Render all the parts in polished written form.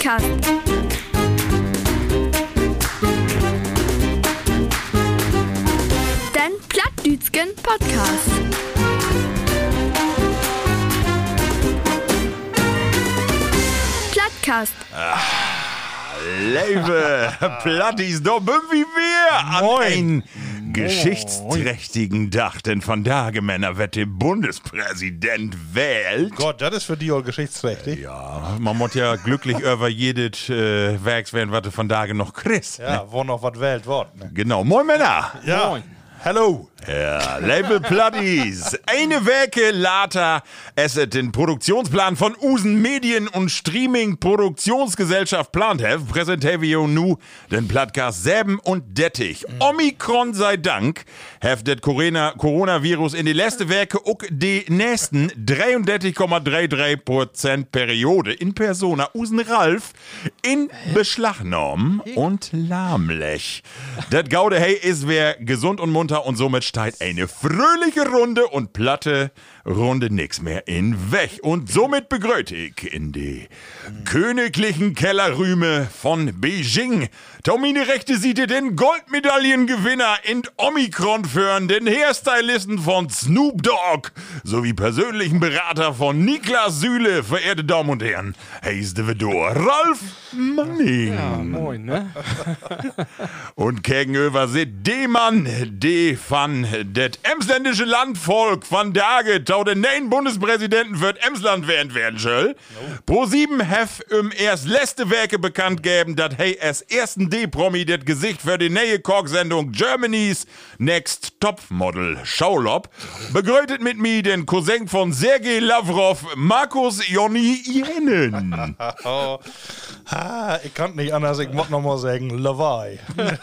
Plattcast. Den Plattdütschen Podcast. Plattcast. Liebe Plattis, da bin wie wir an einen geschichtsträchtigen Tag, denn von Tage, Männer, wird der Bundespräsident wählt. Gott, das ist für die auch geschichtsträchtig. Ja, man muss ja glücklich über jedes Werks werden, was du von Tage noch kriegst. Ja, wo noch was wählt wird. Ne? Genau, moin Männer. Ja, Moin. hallo. Ja, Label Platties. Eine Werke later es den Produktionsplan von Usen Medien- und Streaming-Produktionsgesellschaft plant have, präsentieren nu den Plattcast Säben und Dettich. Omikron sei Dank, have det Coronavirus in die letzte Werke auch die nächsten 33,33% Periode in Persona Usen Ralf in Beschlag genommen und lahmlech. Det Gaude hey ist wer gesund und munter und somit steigt eine fröhliche Runde und platte Runde nix mehr in weg. Und somit begrüße ich in die königlichen Kellerrüme von Beijing. Tomine Rechte sieht ihr den Goldmedaillengewinner in Omikron führen, den Hairstylisten von Snoop Dogg sowie persönlichen Berater von Niklas Süle, verehrte Damen und Herren. Hey, ist der Vedor, Ralf Manning. Ja, moin, ne? Und gegenüber sitzt der Mann, der von det emsländische Landvolk von Dage tau den neuen Bundespräsidenten für Emsland werden soll. Pro7 hef erst letzte Werke bekannt geben, dat hey als ersten D-Promi det Gesicht für die neue Koch-Sendung Germany's Next Topmodel Schaulop. Begrüßet mit mir den Cousin von Sergei Lavrov, Markus Jonny Jenen. Ich kann nicht anders, ich muss noch mal sagen, Lawai.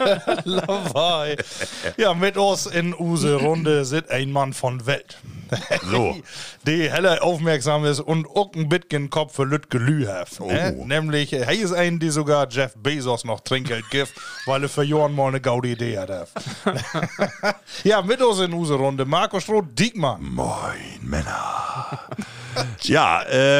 Lawai. Ja, mit uns in Use Runde sitzt ein Mann von Welt. So. Die heller aufmerksam ist und auch ein bisschen Kopf für Lütke Lü hat. Nämlich, er ist ein, die sogar Jeff Bezos noch Trinkgeld gibt, weil er für Jorn mal eine gaude Idee hat. Ja, mit uns in Use Runde, Marco Stroh-Diekmann. Moin, Männer. Ja,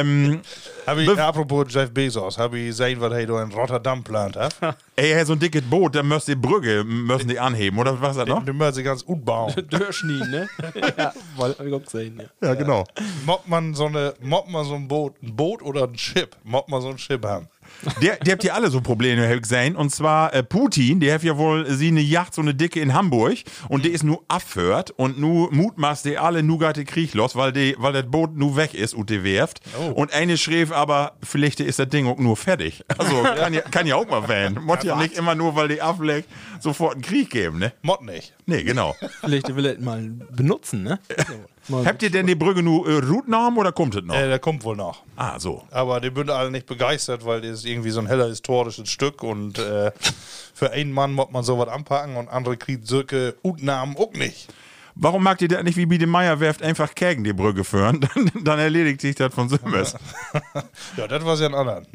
Apropos Jeff Bezos, habe ich gesehen, was er da in Rotterdam plant hat. ey, so ein dickes Boot, da müsst die Brücke müssen die anheben, oder was ist das noch? Die müssen sie ganz gut bauen. Durchschnien, ne? Ja, hab ich auch gesehen, ja. Ja, genau. Mobbt man so ein Boot oder ein Schiff? Mobbt man so ein Schiff haben? Die habt ja alle so Probleme gesehen. Und zwar Putin, der hat ja wohl sie eine Yacht, so eine dicke in Hamburg. Und die ist nur abführt. Und nu mutmaßt die alle nu geht der Krieg los, weil das Boot nu weg ist und die Werft. Oh. Und eine schrieb aber, vielleicht ist das Ding auch nur fertig. Also kann ja auch mal werden. Muss ja nicht immer nur, weil die ableckt, sofort einen Krieg geben, ne? Mott nicht. Nee, genau. Vielleicht will er mal benutzen, ne? Habt ihr denn die Brücke nur Route genommen oder kommt es noch? Der kommt wohl noch. Ah, so. Aber die sind alle nicht begeistert, weil das ist irgendwie so ein heller historisches Stück und für einen Mann muss man sowas anpacken und andere kriegen solche Utnahmen auch nicht. Warum mag ihr das nicht wie Biede Meier werft einfach gegen die Brücke führen? Dann erledigt sich das von Simmers. Ja, das war ja ein anderer.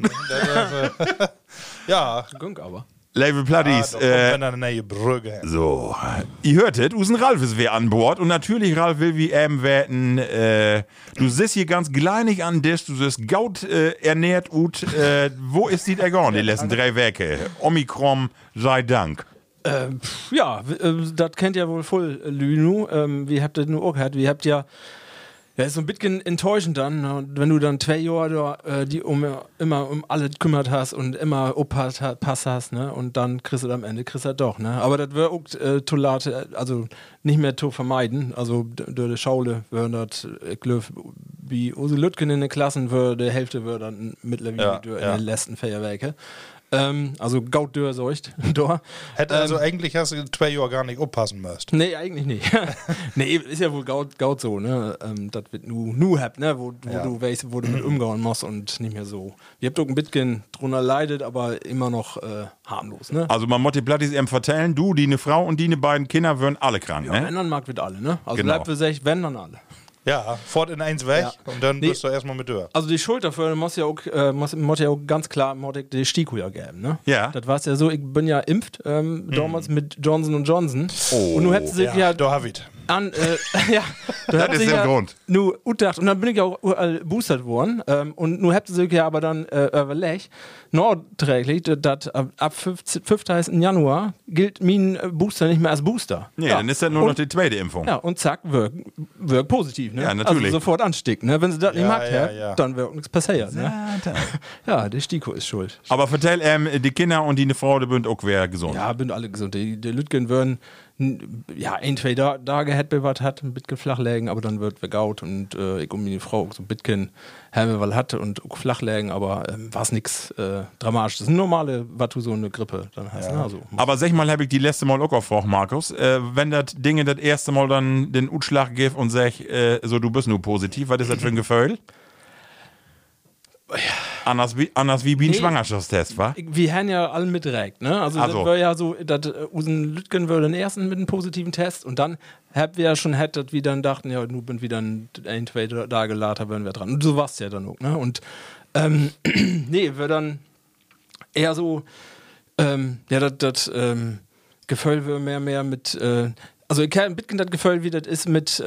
Ja. Gunk aber. Label Platties. Eine neue Brücke. So, ihr hörtet, Usen Ralf ist wer an Bord und natürlich Ralf will wie werden, du sitzt hier ganz kleinig an Tisch, du sitzt gaut ernährt und wo ist die ergangen, die letzten 3 Werke? Omikron sei Dank. Ja, das kennt ja wohl voll Lünu. Wie habt ihr nur auch gehört? Wie habt ihr ja, ist so ein bisschen enttäuschend dann, ne? Wenn du dann 2 Jahre die immer um alle gekümmert hast und immer aufpasst hast, ne? Und dann kriegst du am Ende doch, ne? Aber das wäre auch Tolate, also nicht mehr zu vermeiden. Also durch die Schaule würden das, ich glaube, wie Ose Lütgen in den Klassen würde, die Hälfte würde dann mittlerweile in den letzten Feierwerke. Also gaut dörseucht. Hätte also eigentlich hast du 2 Jahre gar nicht aufpassen müsst. Nee, eigentlich nicht. Nee, ist ja wohl gaut so, ne? Das wird nu habt, ne? Wo du weißt, wo du mit umgehen musst und nicht mehr so. Wir habt auch ein bisschen drunter leidet, aber immer noch harmlos, ne? Also man muss die Plattis eben vertellen, du, die eine Frau und die eine beiden Kinder würden alle krank, ja, ne? wenn dann mag wird alle, ne? Also genau. bleibt für sich, wenn dann alle. Ja, fort in eins weg und dann bist du erstmal mit durch. Also die Schuld dafür muss ja auch ganz klar die STIKO ja geben, ne? Ja. Das war ja so, ich bin ja impft, damals mit Johnson & Johnson. Oh. Und nun hätten sie ja, da hab ich. Ja, Das ist der Grund. Nu utdacht, und dann bin ich auch boostert worden. Und nu habt ihr sich ja aber dann überlegt, nachträglich, dass ab 15. Januar gilt mein Booster nicht mehr als Booster. Nee, dann ist das nur noch die zweite Impfung. Ja, und zack, wirkt positiv. Ne? Ja, natürlich. Also sofort anstecken. Ne? Wenn sie das nicht mag, ja. dann wird nichts passieren. Ne? Ja, der Stiko ist schuld. Aber vertell, die Kinder und die Frau, die sind auch wer gesund. Ja, bin alle gesund. Die Lütgen würden ja, 1-2 Tage hätte was hat, ein bisschen flach legen, aber dann wird vergaut und ich meine Frau auch so ein bisschen haben weil hatte und auch flach legen, aber war es nichts Dramatisches. Das ist ein normale, was du so eine Grippe dann hast. Ne? Also, Aber sag mal, habe ich die letzte Mal auch gefragt, Markus, wenn das Dinge das erste Mal dann den Utschlag gibt und sag, so du bist nur positiv, was ist das für ein Gefühl? Anders wie ein Schwangerschaftstest, wa? Wir haben ja alle mitdirekt, ne? Also das war ja so, dass unseren Lütgen würde den ersten mit einem positiven Test und dann haben wir ja schon dass wir dann dachten, ja, nun bin wieder ein, 2 Tage later, werden wir dran. Und so war es ja dann auch, ne? Und nee, wir dann eher so, ja, das Gefühl wir mehr mit, also ich habe ein bisschen das Gefühl, wie das ist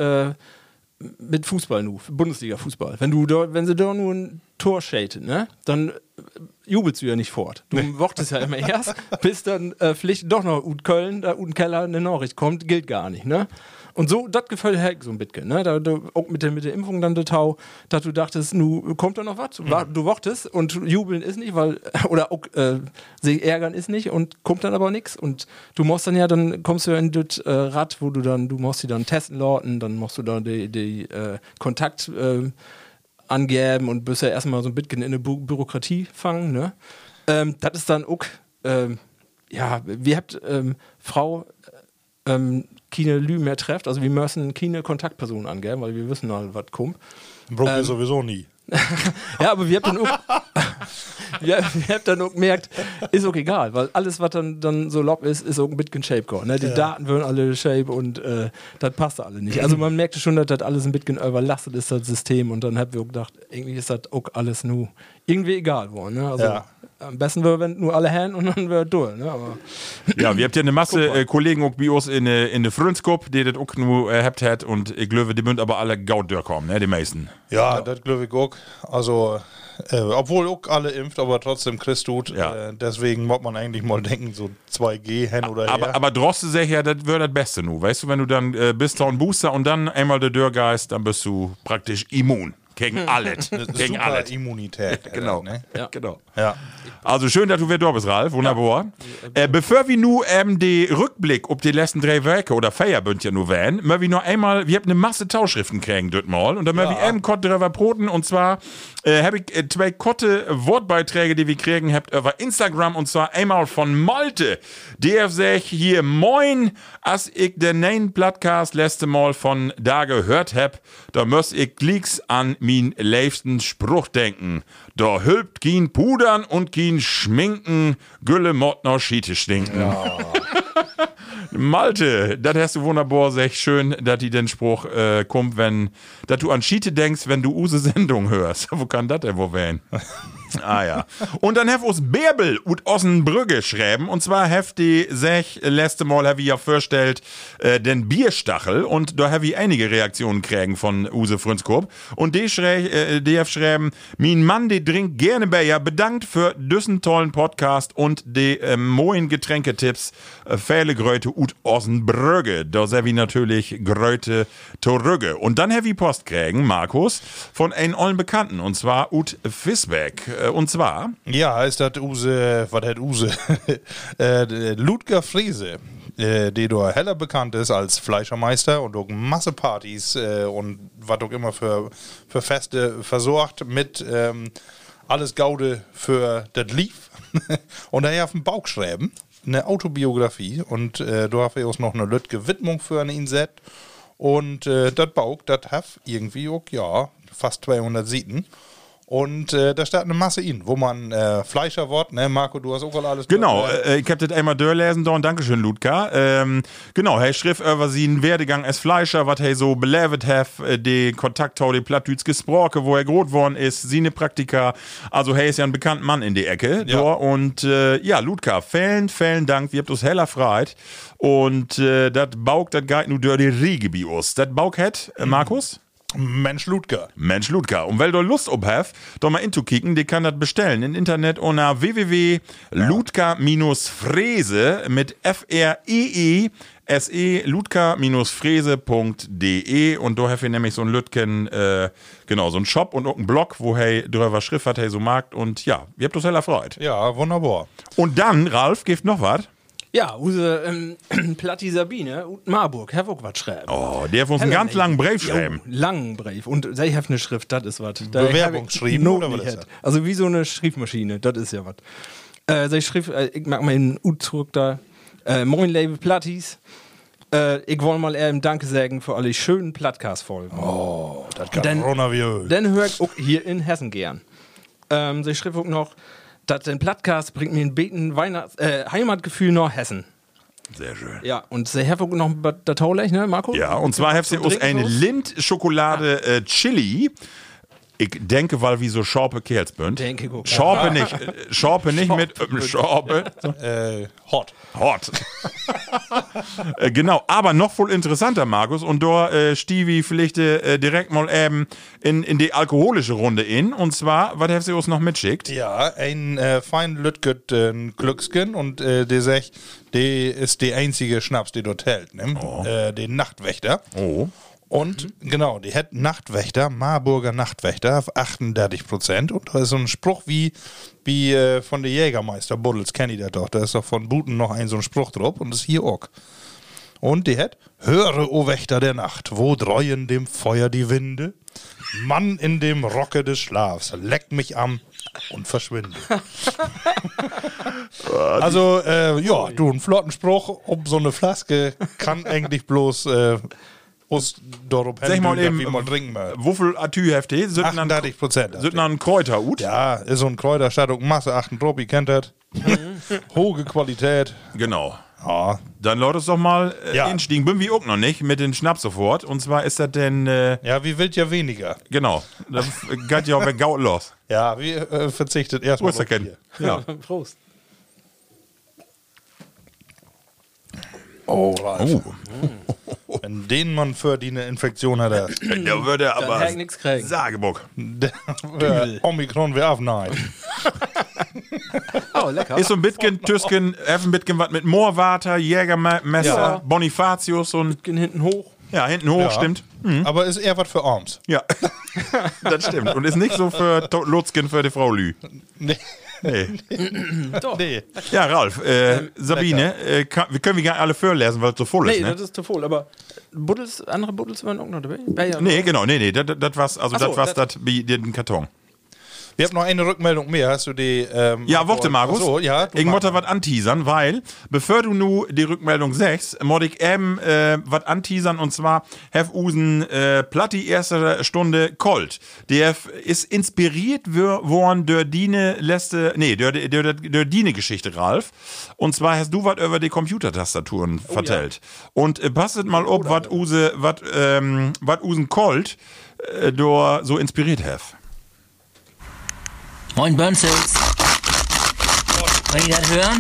mit Fußball nu, Bundesliga-Fußball. Wenn sie da nur ein Tor schäten, ne, dann jubelst du ja nicht fort. Du wartest ja immer erst, bis dann vielleicht doch noch ut Köln, da ut Keller eine Nachricht kommt, gilt gar nicht, ne? Und so, das gefällt so ein bisschen, ne? Da auch mit der Impfung dann der Tau, dass du dachtest, nu kommt da noch was? Du wartest und jubeln ist nicht, weil, oder auch sich ärgern ist nicht und kommt dann aber nichts. Und du musst dann ja, dann kommst du ja in das Rad, wo du musst sie dann testen lauten, dann musst du dann die Kontakt angeben und bist ja erstmal so ein bisschen in eine Bürokratie fangen, ne? Das ist dann auch, ja, wir habt Frau keine Lü mehr trefft, also wir müssen keine Kontaktpersonen angeben, weil wir wissen halt, was kommt. Brauchen wir sowieso nie. Ja, aber wir haben dann auch wir haben dann auch gemerkt, ist auch egal, weil alles, was dann so lob ist auch ein bisschen Shape geworden. Ne? Die Daten würden alle Shape und das passt alle nicht. Also man merkte schon, dass das alles ein bisschen überlastet ist, das System, und dann haben wir auch gedacht, irgendwie ist das auch alles nur irgendwie egal geworden. Ne? Also am besten wäre, wenn nur alle Hände und dann wäre durch. Ne? Aber ja, wir habt ja eine Masse Kollegen auch bei uns in der Frünskop, die das auch nur habt und ich glaube, die müssen aber alle gaut durchkommen, ne, die meisten. Ja, das glaube ich auch. Also, obwohl auch alle impft, aber trotzdem Christ tut. Ja. Deswegen muss man eigentlich mal denken, so 2G hin oder her. Aber Droste sagt ja, das wäre das Beste nu. Weißt du, wenn du dann bist da ein Booster und dann einmal der Dörrgeist, dann bist du praktisch immun. Gegen alles. Gegen Super alles. Immunität. Genau. Ne? Ja. Genau. Ja. Also schön, dass du wieder da bist, Ralf. Wunderbar. Bevor wir nu die Rückblick auf die letzten 3 Werke oder Feierbünd ja nur wählen, mal wir noch einmal, wir haben eine Masse Tauschriften kriegen dort mal und dann mal wir kurz drüber broten, und zwar habe ich 2 korte Wortbeiträge, die wir kriegen habt über Instagram, und zwar einmal von Malte, der sagt hier: Moin, als ich den neuen Podcast letzte Mal von da gehört hab, da muss ich glicks an min liebsten Spruch denken. Da hülpt kein Pudern und kein Schminken, Gülle Mottner Schiete stinken. Ja. Malte, das hast du wunderbar, sech schön, dass die den Spruch kommt, dass du an Schiete denkst, wenn du use Sendung hörst. Wo kann das denn wohl werden? Ah ja. Und dann hef uns Bärbel ut Ossenbrügge schreiben, und zwar hef die sech letzte Mal hab ich ja vorstellt den Bierstachel, und da hab ich einige Reaktionen kriegen von Use Frünskop, und die hef schreiben: Mein Mann, die trinkt gerne Bier, bedankt für diesen tollen Podcast und die moin Getränketipps, viele Gröte ut Ossenbrügge. Da hab ich natürlich Gröte Torügge. Und dann hab ich Post kriegen, Markus, von einem allen Bekannten, und zwar ut Fisbeck. Und zwar? Ja, ist das Use, was hat Use? Ludger Friese, der da heller bekannt ist als Fleischermeister und auch Masse Partys und was auch immer für Feste versorgt mit alles Gaude für das Lief. Und er hat auf dem Bauch schreiben, eine Autobiografie, und da habe ich auch noch eine Lütge Widmung für ihn set. Und das Bauch, das hat irgendwie auch, ja, fast 200 Seiten. Und da steht eine Masse in, wo man Fleischer wird, ne? Marco, du hast auch alles. Genau, ich hab das einmal durchlesen, und Dankeschön, Ludka. Genau, hey, schrift über seinen Werdegang als Fleischer, was hey so belevet hat, den Kontakt zu den Plattdüts gesprochen, wo er groß worden ist, seine Praktika. Also, hey, ist ja ein bekannter Mann in die Ecke. Ja. Und ja, Ludka, vielen Dank, wir habt uns heller freit. Und das Bauk, das geht nur durch die Riege bei uns. Das Bauk hat, Markus? Mensch Ludger. Mensch Ludger. Und weil du Lust ob hast, doch mal inzukicken, die kann das bestellen im Internet unter www.ludger-frese mit FREESE ludger-frese.de und da hast du nämlich so ein Lütgen, genau, so ein Shop und auch einen Blog, wo hey drüber Schrift hat, hey so Markt und ja, ihr habt uns heller freut. Ja, wunderbar. Und dann, Ralf, gibt noch was? Ja, use Platti Sabine und Marburg, Herr was schreiben. Oh, der hat uns einen ganz langen Brief schreiben. Langen Brief. Und ich habe eine Schrift, das ist was. Bewerbungsschrieben oder was ist das? Also wie so eine Schriftmaschine, das ist ja was. Sie schrieb, ich mag mal in U zurück da. Moin, liebe Plattis. Ich wollte mal eher Danke sagen für alle schönen Podcast-Folgen. Oh, das kann Coronavirus. Dann höre ich auch hier in Hessen gern. Sie schrieb auch noch, dass den Podcast bringt mir ein beten Heimatgefühl nach Hessen. Sehr schön. Ja, und sie haben auch noch das Taulich, ne, Marco? Ja, und zwar habt ihr uns eine Lindt-Schokolade Chili. Ich denke, weil wie so Schorpe Kerlsbünd. Denke ich auch. Schorpe nicht mit Schorpe. Hot. Genau, aber noch voll interessanter, Markus. Und da Stevie vielleicht direkt mal eben in die alkoholische Runde in. Und zwar, was habt ihr uns noch mitschickt? Ja, ein fein Lütget Glücksken und der sagt, der ist der einzige Schnaps, der dort hält, ne? Den Nachtwächter. Oh. Und genau, die hat Nachtwächter, Marburger Nachtwächter auf 38%. Und da ist so ein Spruch wie von der Jägermeister Buddels, kenne ich das doch. Da ist doch von Buten noch so ein Spruch drauf und das ist hier auch. Und die hat, höre, o Wächter der Nacht, wo dreuen dem Feuer die Winde? Mann in dem Rocke des Schlafs, leck mich am und verschwinde. Also, ja, du, ein flotten Spruch um so eine Flaske kann eigentlich bloß Sag mal eben, wie man trinken will. wofür Atü-Hefte? 38%. Sind dann Kräuterhut? Ja, ist so ein Kräuterstattung, Masse 8 ihr kennt das. Hohe Qualität. Genau. Ja. Dann laut es doch mal Ja. einstiegen. Bin wir auch noch nicht mit den Schnaps sofort. Und zwar ist das denn, Ja, wie wild ja weniger. genau, das geht ja auch weg Gaut los. Ja, wir verzichtet Wo erstmal ist der Ken? Ja. Prost. Oh, Ralf. Oh. Wenn den man für die eine Infektion hat, Der würde aber hätte ich nix kriegen. Sagebuck. Omikron wäre auf nein. Oh, lecker. Ist so ein bisschen Tüsken, ein bisschen was mit Moorwater, Jägermesser, Ja. Bonifatius und Gehen hinten hoch. ja, hinten hoch, Ja. stimmt. Aber ist eher was für Arms. Ja, das stimmt. Und ist nicht so für Lutzken für die Frau Lü. Nee. Nee. Doch. Nee. Ja, Ralf, Sabine, wir können wir gar nicht alle vorlesen, weil es so voll ist, Nee, ne? das ist zu voll, aber andere Buddels waren auch noch dabei. Nee, genau, nee, das war's, also Ach so, das war's, das wie den Karton. Wir haben noch eine Rückmeldung mehr. Hast du die? Ja, warte, Markus. Ach so, ja. Ich muss da was anteasern, weil, bevor du nu die Rückmeldung sagst, muss ich eben was anteasern und zwar Hef Usen Platti erste Stunde Colt. Der ist inspiriert worden durch Dine durch Dine Geschichte, Ralf. Und zwar hast du was über die Computertastaturen vertellt. Und passet mal ob, was Usen Colt da so inspiriert hef. Moin Bönzels. Wollt ihr das hören?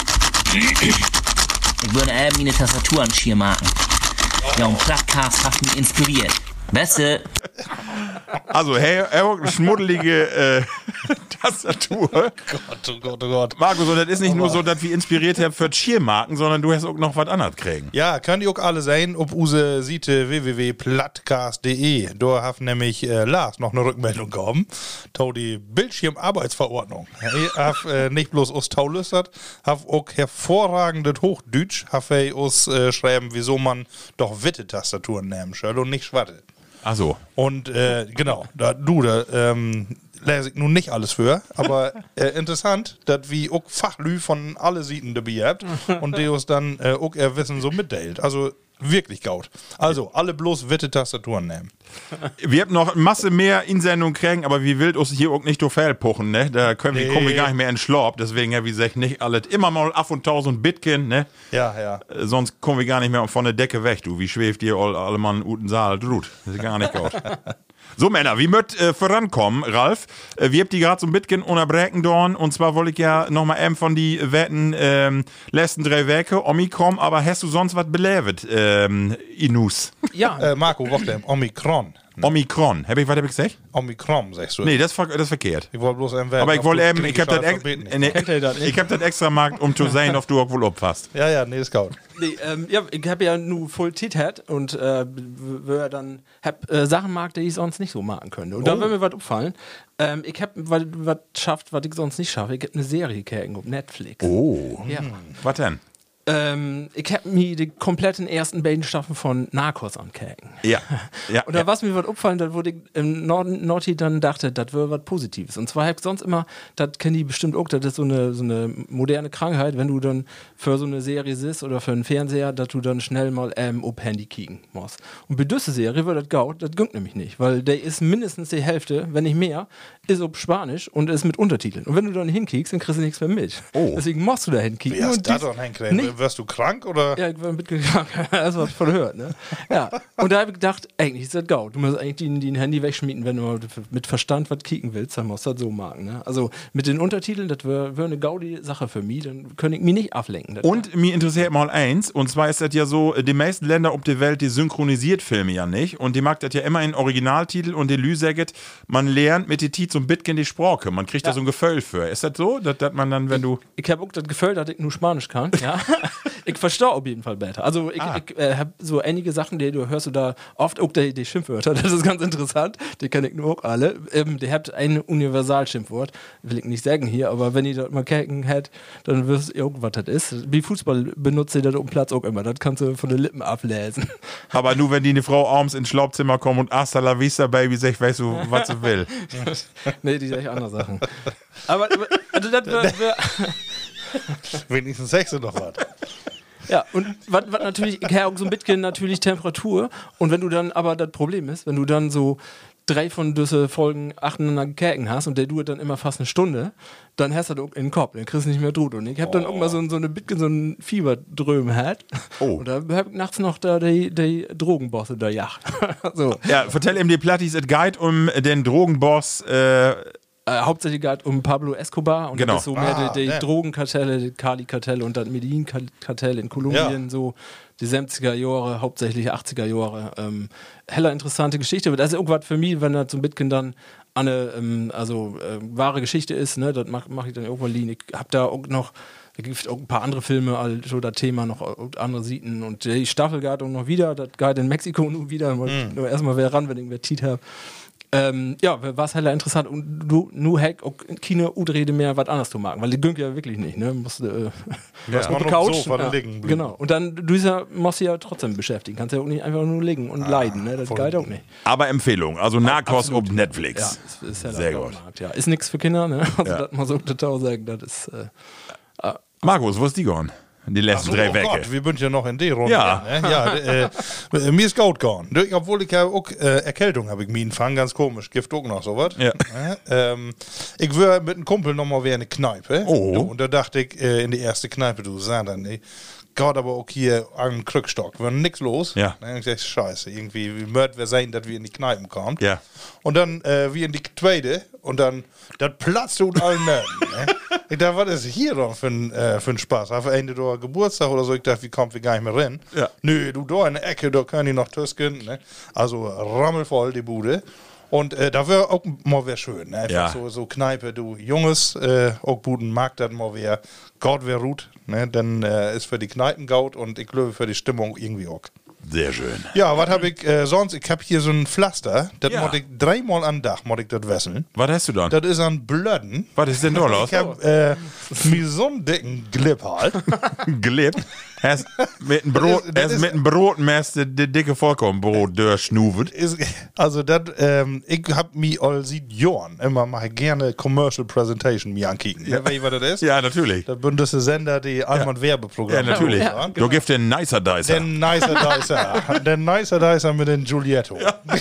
Ich würde eben eine Tastatur an Schirr machen. Ja, und Plattcast hat mich inspiriert. Beste. Also, hey, schmuddelige Tastatur. Oh Gott. Markus, und das ist nicht nur so, dass wir inspiriert haben für Schiermarken, sondern du hast auch noch was anderes kriegen. Ja, könnt ihr auch alle sehen, ob use Seite www.plattcast.de. Da hat nämlich Lars noch eine Rückmeldung gekommen. Tau die Bildschirmarbeitsverordnung. Er hat nicht bloß uns taulüstert, hat auch hervorragendes Hochdeutsch, hat er uns schreiben, wieso man doch Witte-Tastaturen nehmen soll und nicht Schwatte. Ach so. Und genau, da lese ich nun nicht alles für, aber interessant, dass wir auch Fachlü von alle Seiten dabei habt und die uns dann auch Wissen so mitteilt. Also wirklich gaut. Also, alle bloß witte Tastaturen nehmen. Wir haben noch Masse mehr Insendungen kriegen, aber wie wild uns hier auch nicht so puchen, ne? Da kommen wir gar nicht mehr in Schlauch. Deswegen, ja, wie gesagt, nicht alles. Immer mal ab und 1000 Bitcoin, ne? Ja. Sonst kommen wir gar nicht mehr von der Decke weg, du. Wie schwebt ihr alle Mann uten Saal drut? Das ist gar nicht gut. So, Männer, wie möcht vorankommen, Ralf? Wir habt die gerade so ein bisschen unterbrechen dorn. Und zwar wollte ich ja nochmal von die Wetten letzten 3 Wochen Omikron, aber hast du sonst was belebt, Inus? Ja, Marco, warte, Omikron. Omikron. Hab ich gesagt? Omikron, sagst du. Nee, das ist verkehrt. Ich wollte bloß Aber ich wollte eben, ich hab Kennt ihr das nicht? ich hab das extra gemacht, um zu sehen, ob du auch wohl abfasst. Ja, nee, ist gaut. Nee, ja, ich habe ja nur voll Tit und dann hab Sachen mag, die ich sonst nicht so machen könnte. Und da wird mir was auffallen. Ich hab was schafft, was ich sonst nicht schaffe. Ich hab eine Serie gekriegt auf Netflix. Oh. Ja. Was denn? Ich hab mir die kompletten ersten beiden Staffeln von Narcos angucken. Ja. Und da was mir was auffallen, da wurde ich im Nordi dann dachte, das wäre was Positives. Und zwar hab ich sonst immer, das kennen die bestimmt auch, das ist so eine moderne Krankheit, wenn du dann für so eine Serie sitzt oder für einen Fernseher, dass du dann schnell mal auf Handy kicken musst. Und bei dieser Serie wird das gaut, das gönnt nämlich nicht, weil der ist mindestens die Hälfte, wenn nicht mehr, ist auf Spanisch und ist mit Untertiteln. Und wenn du dann hinkickst, dann kriegst du nichts mehr mit. Oh. Deswegen musst du da hinkicken. Wie hast du das doch hinkriegen? Wirst du krank oder? Ja, ich war mitgegangen, das was von gehört, ne? Ja. Und da habe ich gedacht, eigentlich ist das gaut. Du musst eigentlich die Handy wegschmieden, wenn du mit Verstand was kicken willst, dann musst du das so machen, ne? Also mit den Untertiteln, das wär eine Gaudi-Sache für mich, dann könnte ich mich nicht ablenken. Und mir interessiert mal eins, und zwar ist das ja so, die meisten Länder auf der Welt, die synchronisiert Filme ja nicht, und die mag das ja immer in Originaltitel, und die Lüsäget, man lernt mit den Titel so ein bisschen die Sprache, man kriegt da so ein Gefühl für. Ist das so, dass man dann, wenn du... Ich habe auch das Gefühl, dass ich nur Spanisch kann, ja. Ich verstehe auf jeden Fall besser. Also ich habe so einige Sachen, die du hörst, du da oft auch die Schimpfwörter, das ist ganz interessant, die kenne ich nur auch alle. Die habt ein Universal-Schimpfwort, will ich nicht sagen hier, aber wenn ihr das mal kennen hättet, dann wirst ihr auch, was das ist. Wie Fußball benutzt ihr das um Platz auch immer, das kannst du von den Lippen ablesen. Aber nur wenn die eine Frau abends ins Schlafzimmer kommt und hasta la vista, Baby, sagt, weißt du, was sie will. Nee, die sagen andere Sachen. Aber also das wär Wenigstens sagst du doch was. ja, und was natürlich, ich habe auch so ein bisschen natürlich Temperatur. Und wenn du dann, aber das Problem ist, wenn du dann so 3 von diesen Folgen 8 Käken hast und der dauert dann immer fast eine Stunde, dann hast du das auch in den Kopf, dann kriegst du nicht mehr drut. Und ich habe dann auch mal so ein Fieberdröm halt. Oh. Und da habe ich nachts noch da die Drogenbosse da jacht. So. Ja, vertell ihm die Plattis, es geht um den Drogenboss, hauptsächlich geht um Pablo Escobar und genau. das ist so mehr die Drogenkartelle, die Kali-Kartell und das Medellin-Kartell in Kolumbien, so die 70er Jahre, hauptsächlich 80er Jahre. Heller interessante Geschichte. Das ist irgendwas für mich, wenn das so ein bisschen dann eine wahre Geschichte ist, ne, das mach ich dann irgendwann liegen. Ich hab da auch noch, da gibt auch ein paar andere Filme, also das Thema noch andere Sieten und die Staffel geht auch noch wieder, das geht in Mexiko nur wieder, nur erstmal wer ran, wenn ich wer Tiet habe. Ja, war es heller interessant und du nur hack auch keine Udrede mehr was anderes zu machen, weil die gönnt ja wirklich nicht, ne? Musst auf der Couch liegen. Genau. Und dann musst du ja trotzdem beschäftigen, kannst ja auch nicht einfach nur liegen und leiden, ne? Das geht auch nicht. aber Empfehlung, also Narcos auf Netflix. Ja, ist heller sehr gut. Ja, ist nichts für Kinder, ne? Also das mal so total sagen, das ist Markus, wo ist die gegangen? Die letzten 3 Wege. Gott, wir sind ja noch in der Runde. Ja. Ne? Ja, mir ist gut gegangen. Obwohl ich ja auch Erkältung habe ich mir gefangen, ganz komisch. Gift auch noch sowas. Ja. Ich war mit einem Kumpel nochmal wieder in eine Kneipe. Oh. Und da dachte ich, in die erste Kneipe, du sagst dann, ey, Gott, aber auch hier am Krückstock, war nix los. Ja. Und ich dachte, scheiße, irgendwie, wie mört wir sein, dass wir in die Kneipen kommen. Ja. Und dann, wie in die zweite, und dann, das platzt und allen Nerven, ne? Ich dachte, was ist hier doch für ein Spaß? Auf Ende der Geburtstag oder so, ich dachte, wie kommt wir gar nicht mehr rein? Ja. Nö, du da in der Ecke, da können die noch tüsken, ne? Also rammelvoll, die Bude. Und da wäre auch mal wär schön, ne? Einfach so Kneipe, du Junges, auch Buden mag das mal wär. Gott wär gut, ne? Dann ist für die Kneipen gaut und ich glaube für die Stimmung irgendwie auch. Sehr schön. Ja, was habe ich sonst? Ich habe hier so ein Pflaster, das Ja. muss ich 3-mal am Tag muss ich das wässeln. Was hast du dann? Das ist an Blöden. Was ist denn da los? Ich habe mir so einen dicken Glip halt. Gelebt? Hast mit dem Brot, Das ist- mit dem Brotmesser die dicke Vollkornbrot durchschnuvet. Also, ich hab mich all seit Jahren immer mal gerne Commercial Presentation mir ankicken. Ja. Weißt du, was das ist? Ja, natürlich. Das sind diese Sender, die einmal Werbeprogramme Ja, natürlich. machen. Du gibst den Nicer Dicer. Den Nicer Dicer. Den Nicer Dicer mit den Giulietto.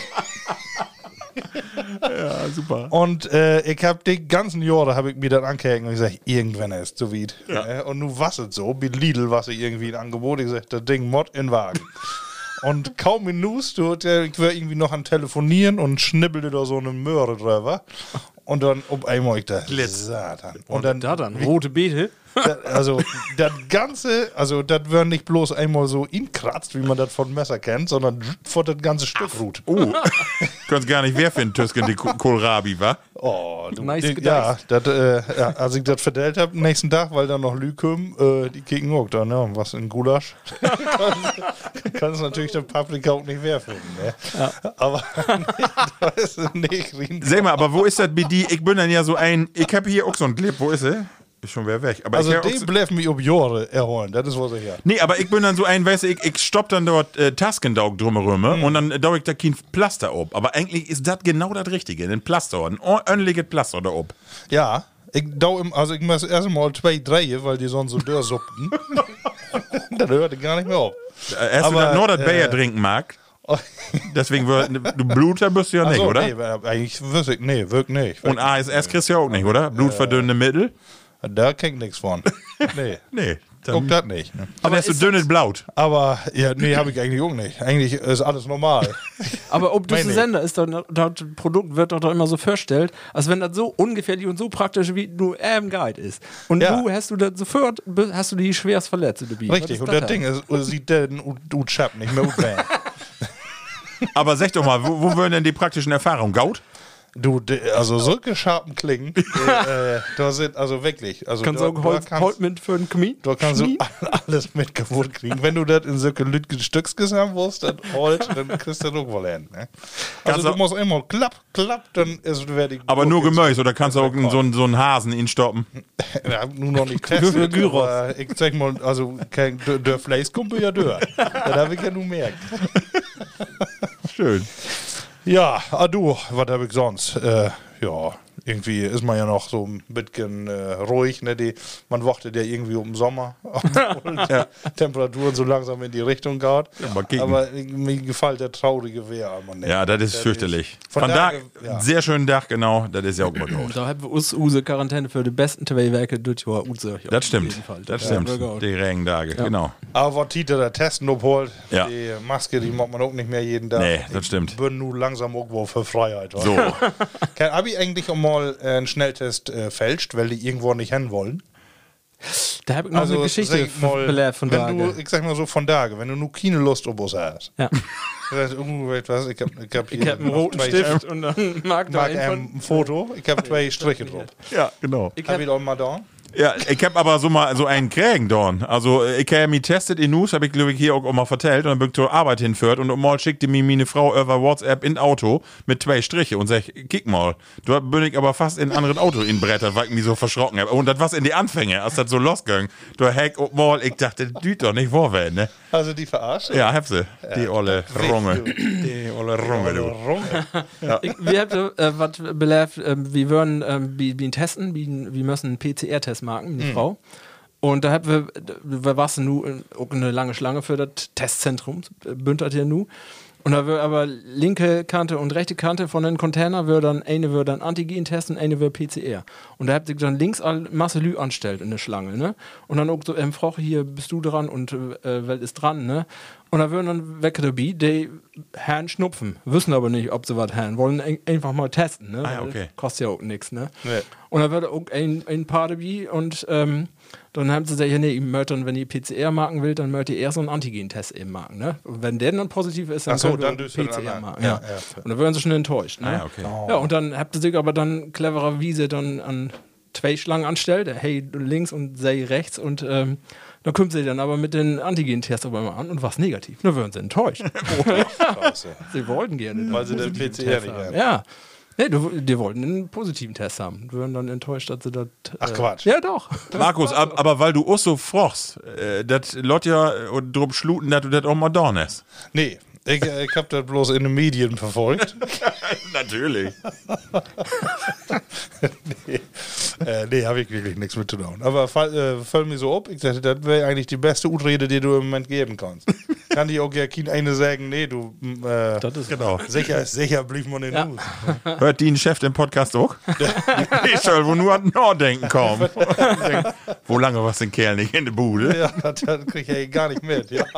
Ja, super. Und ich habe die ganzen Jahre habe ich mir das angehängt und ich sag, irgendwann ist es so weit. Und nun war es so, mit Lidl war es irgendwie ein Angebot, ich sag, das Ding Mod in Wagen. Und kaum in News, ich war irgendwie noch am Telefonieren und schnibbelte da so eine Möhre drüber. Und dann auf einmal ich da, Satan. Und dann, rote Beete. also das Ganze, also das wird nicht bloß einmal so inkratzt, wie man das von Messer kennt, sondern vor das ganze Stück ruht. Kannst gar nicht wer finden, Tüsken, die Kohlrabi, wa? Oh, du, Nice ja, als ich das vertellt habe, nächsten Tag, weil dann noch Lüküm, die kicken auch dann, ja, was in Gulasch. Kannst natürlich den Paprika auch nicht wer finden, ne? Ja. Aber da ist es nicht rein. Sag mal, aber wo ist das bei die? Ich bin dann ja so ich hab hier auch so einen Clip, wo ist er? Ist schon wer weg. Aber Also ich hab auch die so, bleiben mich um Jahre erholen, das ist was ich ja. nee, aber ich bin dann so weißt du, ich stopp dann dort Taskendaug drumherum und dann dau ich da kein Pflaster ob. Aber eigentlich ist das genau das Richtige, ein Pflaster, ein ordentliches Pflaster da ob. Ja, ich muss erst mal 2, 3, weil die sonst so dörrsuppten. Das hört gar nicht mehr auf. Hast Aber, du dann nur das Bayer trinken mag? Deswegen, du Bluter bist du ja nicht, Ach so, oder? Nee, eigentlich wüsste ich, nee, wirklich nicht. Und ASS kriegst du ja auch nicht, oder? Blutverdünnende Mittel? Da kennt nichts von. Nee, Nee. guck Dann, das nicht. dann hast du dünnes Blaut. Aber, ja, nee, habe ich eigentlich auch nicht. Eigentlich ist alles normal. Aber ob das Meine ein ich. Sender ist, das Produkt wird doch immer so vorgestellt, als wenn das so ungefährlich und so praktisch wie nur Guide ist. Und Ja. du hast du das sofort, hast du die schwerst verletzt. Richtig, und das Ding ist, sieht der Chap nicht mehr gut werden. Aber sag doch mal, wo würden denn die praktischen Erfahrungen? Gaut? Du, also solche scharfen Klingen, da sind, also wirklich. Also Kannst du auch Holz mit für einen Kamin? Da kannst du alles mit kaputt kriegen. Wenn du das in solche Lütgen Stücks haben willst, dann Holz, dann kriegst du das auch wohl hin. Ne? Also du musst immer klapp, dann ist die. Aber nur Gemäus, oder kannst du auch so einen Hasen ihn stoppen? Ja, nur noch nicht testen. Gyros. Aber ich sag mal, also der Fleischkumpel ja dör. Das habe ich ja nun merkt. Schön. Ja, du, was habe ich sonst? Ja, irgendwie ist man ja noch so ein bisschen ruhig. Ne? Man wartet ja irgendwie um den Sommer. Und Temperaturen so langsam in die Richtung geht. mal kicken. Aber mir gefällt der traurige Wehr einmal nicht. Ja, das ist fürchterlich. Von Von da, daher, ja. sehr schönen Tag, genau. Das ist ja auch mal gut. Da haben wir uns unsere Quarantäne für die besten zwei Werke durch Jahr. Das stimmt. Die Regentage, genau. Aber was Tite da testen obholt, Ja. die Maske, die macht man auch nicht mehr jeden Tag. Nee, das stimmt. Ich bin nun langsam irgendwo für Freiheit. wa? So, Habe ich eigentlich auch mal einen Schnelltest fälscht, weil die irgendwo nicht hin wollen? Da habe ich noch eine Geschichte sag ich mal, belehrt von wenn da. du, ich sag mal so von Tage, wenn du nur keine Lust auf was hast. Ja. Weißt du, weißt du was, ich hab hier Ich habe einen noch roten zwei- Stift und dann mag da ein Foto, ich habe 2 Striche drauf. ja, genau. Ich habe ihn auch mal da. Ja, ich hab aber mal so einen Krägen dorn. Also, ich habe mich testet in News, habe ich glaube ich hier auch mal vertellt und dann bin ich zur Arbeit hinführt und mal schickte mir meine Frau über WhatsApp in Auto mit 2 Striche und sag, kick mal, da bin ich aber fast in ein anderes Auto in Bretter, weil ich mich so verschrocken habe. Und das war in die Anfänge, als das so losging. Da heck und mal, ich dachte, das düht doch nicht vorwärts, ne? Also die verarscht. Ja, hab sie. Die olle Runge. Die olle Runge, du. Wir haben was belehrt, wir würden wie testen, wir müssen einen PCR-Test machen, meine Frau. Und da haben wir warst nu auch eine lange Schlange für das Testzentrum, bündert hier nu. Und da wird aber linke Kante und rechte Kante von den Container eine wird dann Antigen-Test und eine wird PCR. Und da habt ihr dann links all Masse Lü anstellt in der Schlange, ne? Und dann auch so, Frau, hier bist du dran und Welt ist dran, ne? Und da würden dann weg dabei, die Herren schnupfen, wissen aber nicht, ob sie was haben, wollen einfach mal testen, ne? Ah, Weil okay. kostet ja auch nichts, ne? Nee. Und da wird auch ein Paar dabei und dann haben sie gesagt, ja, nee, ihr möchtet dann, wenn ihr PCR machen will, dann möchtet ihr erst so einen Antigen-Test eben machen, ne? Und wenn der dann positiv ist, dann Ach so, können wir dann düst du PCR dann machen. ja. Ja. Und dann werden sie schon enttäuscht, ne? Ah, ja, okay. Ja, und dann habt ihr sich aber dann clevererweise dann an 2 Schlangen anstellt, hey links und sei rechts und dann kommt sie dann aber mit den Antigen-Tests aber mal an und was negativ. Dann werden sie enttäuscht. Scheiße. Sie wollten gerne. Weil sie den PCR nicht haben. Ja. Nee, die wollten einen positiven Test haben. Die waren dann enttäuscht, dass sie das. Ach, Quatsch. Ja, doch. Markus, aber weil du auch so frochst, das Lot ja drum schluten, dass du das auch mal da hast. Nee, ich hab das bloß in den Medien verfolgt. Natürlich. Nee, habe ich wirklich nichts mit zu tun. Aber fällt mir so ab, ich dachte, das wäre eigentlich die beste Utrede, die du im Moment geben kannst. Kann die auch ja kein eine sagen, nee, du, Das ist Genau. sicher blieb man in Hus. Hört die ein Chef den Podcast auch? Ich soll wohl nur an Nachdenken kommen. Wo lange was den Kerl nicht in der Bude? Ja, das krieg ich ja gar nicht mit, ja.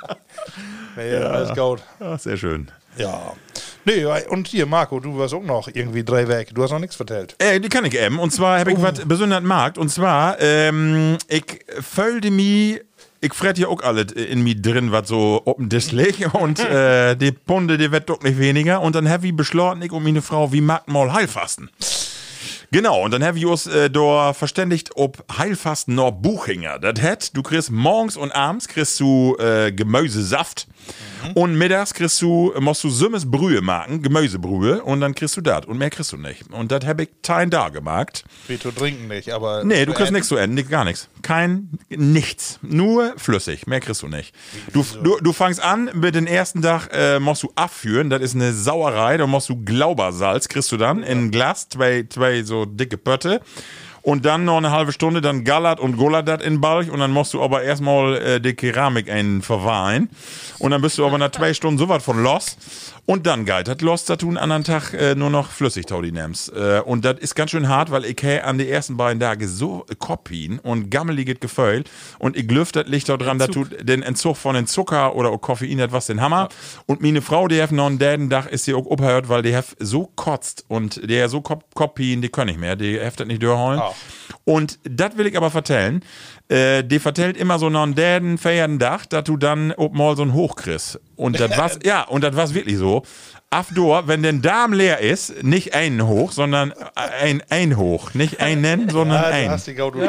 Nee, alles gut. Ach, sehr schön. Ja. Nee, und hier, Marco, du warst auch noch irgendwie 3 Werke. Du hast noch nichts vertellt. Die kann ich eben. Und zwar habe ich was besonders Markt. Und zwar, ich fühlte mich, ich frett ja auch alles in mir drin, was so open Tisch liegt. Und die Punde, die wird doch nicht weniger. Und dann habe ich beschlossen, ich und meine Frau, wie mag mal Heilfasten. Genau, und dann habe ich uns da verständigt, ob Heilfasten noch Buchinger. Das hat, du kriegst morgens und abends kriegst du Gemüsesaft. Und mittags musst du Sümmes Brühe machen, Gemüsebrühe, und dann kriegst du das. Und mehr kriegst du nicht. Und das habe ich Teil da gemacht. Wie zu trinken nicht, aber. Nee, du kriegst nichts zu enden, gar nichts. Nichts. Nur flüssig. Mehr kriegst du nicht. Du fangst an, mit den ersten Tag musst du abführen. Das ist eine Sauerei. Da musst du Glaubersalz, kriegst du dann in ein Glas, zwei so dicke Pötte. Und dann noch eine halbe Stunde, dann gallert und gullert das in Balch. Und dann musst du aber erstmal die Keramik verweihen. Und dann bist du aber nach 2 Stunden so was von los. Und dann geht das los, dass du einen anderen Tag nur noch Flüssigtaudi nimmst. Und das ist ganz schön hart, weil ich an die ersten beiden Tage so Kopien und gammeliges Gefühl. Und ich glüft das Licht daran, dass du den Entzug von den Zucker oder Koffein hat, was den Hammer. Ja. Und meine Frau, die hat noch einen Däden-Dach, ist sie auch abgehört, weil die hat so kotzt und der so Kopien, die können nicht mehr, die hat das nicht durchholen. Oh. Und das will ich aber vertellen. Die vertellt immer so noch einen Däden, Dach, dass du dann ob mal so ein Hoch kriegst. Und das war's, ja, und das war's wirklich so. Afdor, wenn der Darm leer ist, nicht einen hoch, sondern ein hoch. Nicht einen, sondern ein. Du hast die Gaut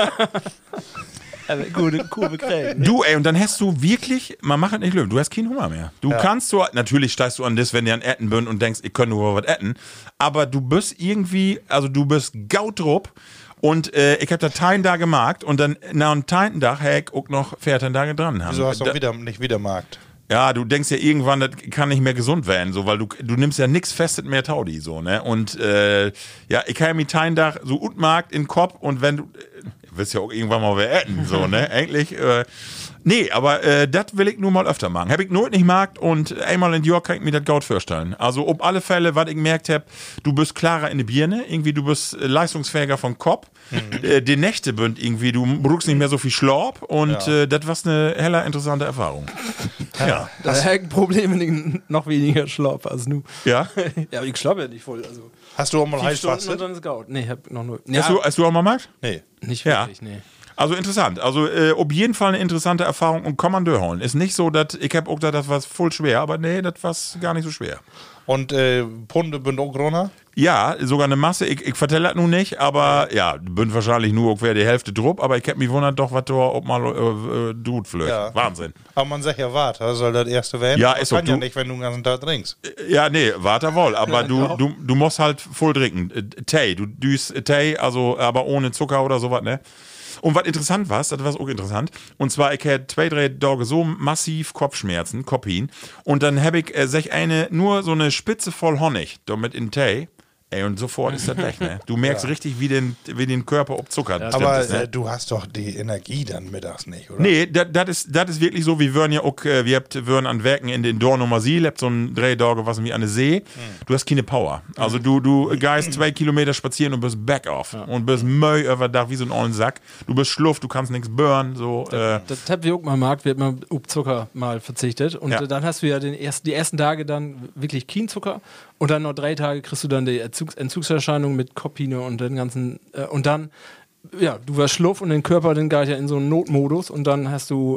Gute Kurve kriegen. Ne? Du, ey, und dann hast du wirklich, man macht nicht Löwen, du hast keinen Hunger mehr. Du kannst so, natürlich steigst du an das, wenn du an Etten bist und denkst, ich könnte nur was etten. Aber du bist irgendwie, also du bist gautrup. Und ich hab da Tein da gemacht und dann nach einem Tein Tag hätte ich auch noch 14 Tage dran haben. Wieso hast du nicht wieder Markt? Ja, du denkst ja irgendwann, das kann nicht mehr gesund werden, so, weil du nimmst ja nix festet mehr Taudi, so, ne? Und ja, ich habe mir Tein da so gut Markt in den Kopf und wenn du willst ja auch irgendwann mal wer essen, so, ne? Eigentlich, nee, aber das will ich nur mal öfter machen. Hab ich nur nicht gemacht und einmal in Jahr kann ich mir das Gaut vorstellen. Also, ob alle Fälle, was ich gemerkt hab, du bist klarer in die Birne, irgendwie, du bist leistungsfähiger vom Kopf. Die Nächte bünd irgendwie, du brauchst nicht mehr so viel Schlaf und das war eine heller interessante Erfahrung. Ja. Das ist Problem, wenn ich noch weniger Schlaf als du. Ja? Ja, aber ich schlafe ja nicht voll. Also hast du auch mal Heilfasten? Und dann ist Gaut. Nee, hab noch nur. Hast du auch mal gemacht? Nee. Nicht wirklich, nee. Also interessant. Also auf jeden Fall eine interessante Erfahrung und Kommandeur holen. Ist nicht so, dass ich hab auch gedacht, das war voll schwer, aber nee, das war gar nicht so schwer. Und Punde bünd auch Corona? Ja, sogar eine Masse. Ich vertelle das nun nicht, aber ja, bünd wahrscheinlich nur ungefähr die Hälfte drupp, aber ich hab mich wundert doch, was da ob mal tut flöht. Ja. Wahnsinn. Aber man sagt ja, warte, soll das erste werden? Ja, ist so. Kann ja nicht, wenn du den ganzen Tag trinkst. Ja, nee, warte wohl, aber du musst halt voll trinken. Tee, du düst Tee, also aber ohne Zucker oder sowas, ne? Und was interessant war, das war auch interessant, und zwar, ich hatte 2-3 Tage so massiv Kopfschmerzen, Kopien, und dann habe ich nur so eine Spitze voll Honig, damit in Tee, ey, und sofort ist das weg, ne? Du merkst richtig, wie den Körper obzuckert. Ja, aber ist, ne? Du hast doch die Energie dann mittags nicht, oder? Nee, das ist wirklich so, wir würden ja auch, wir würden an Werken in den Dorn Nummer 7, habt so ein 3 Tage, was wie an der See, du hast keine Power. Also du gehst 2 Kilometer spazieren und bist back off und bist Möi über da wie so ein ollen Sack. Du bist schluff, du kannst nichts burnen, so. Das habt ihr auch mal gemacht, wir haben auf Zucker mal verzichtet und dann hast du ja die ersten Tage dann wirklich kein Zucker und dann noch 3 Tage kriegst du dann die Entzugserscheinungen mit Kopine und den ganzen und dann, ja, du warst schluff und den Körper, den geht ja in so einen Notmodus und dann hast du,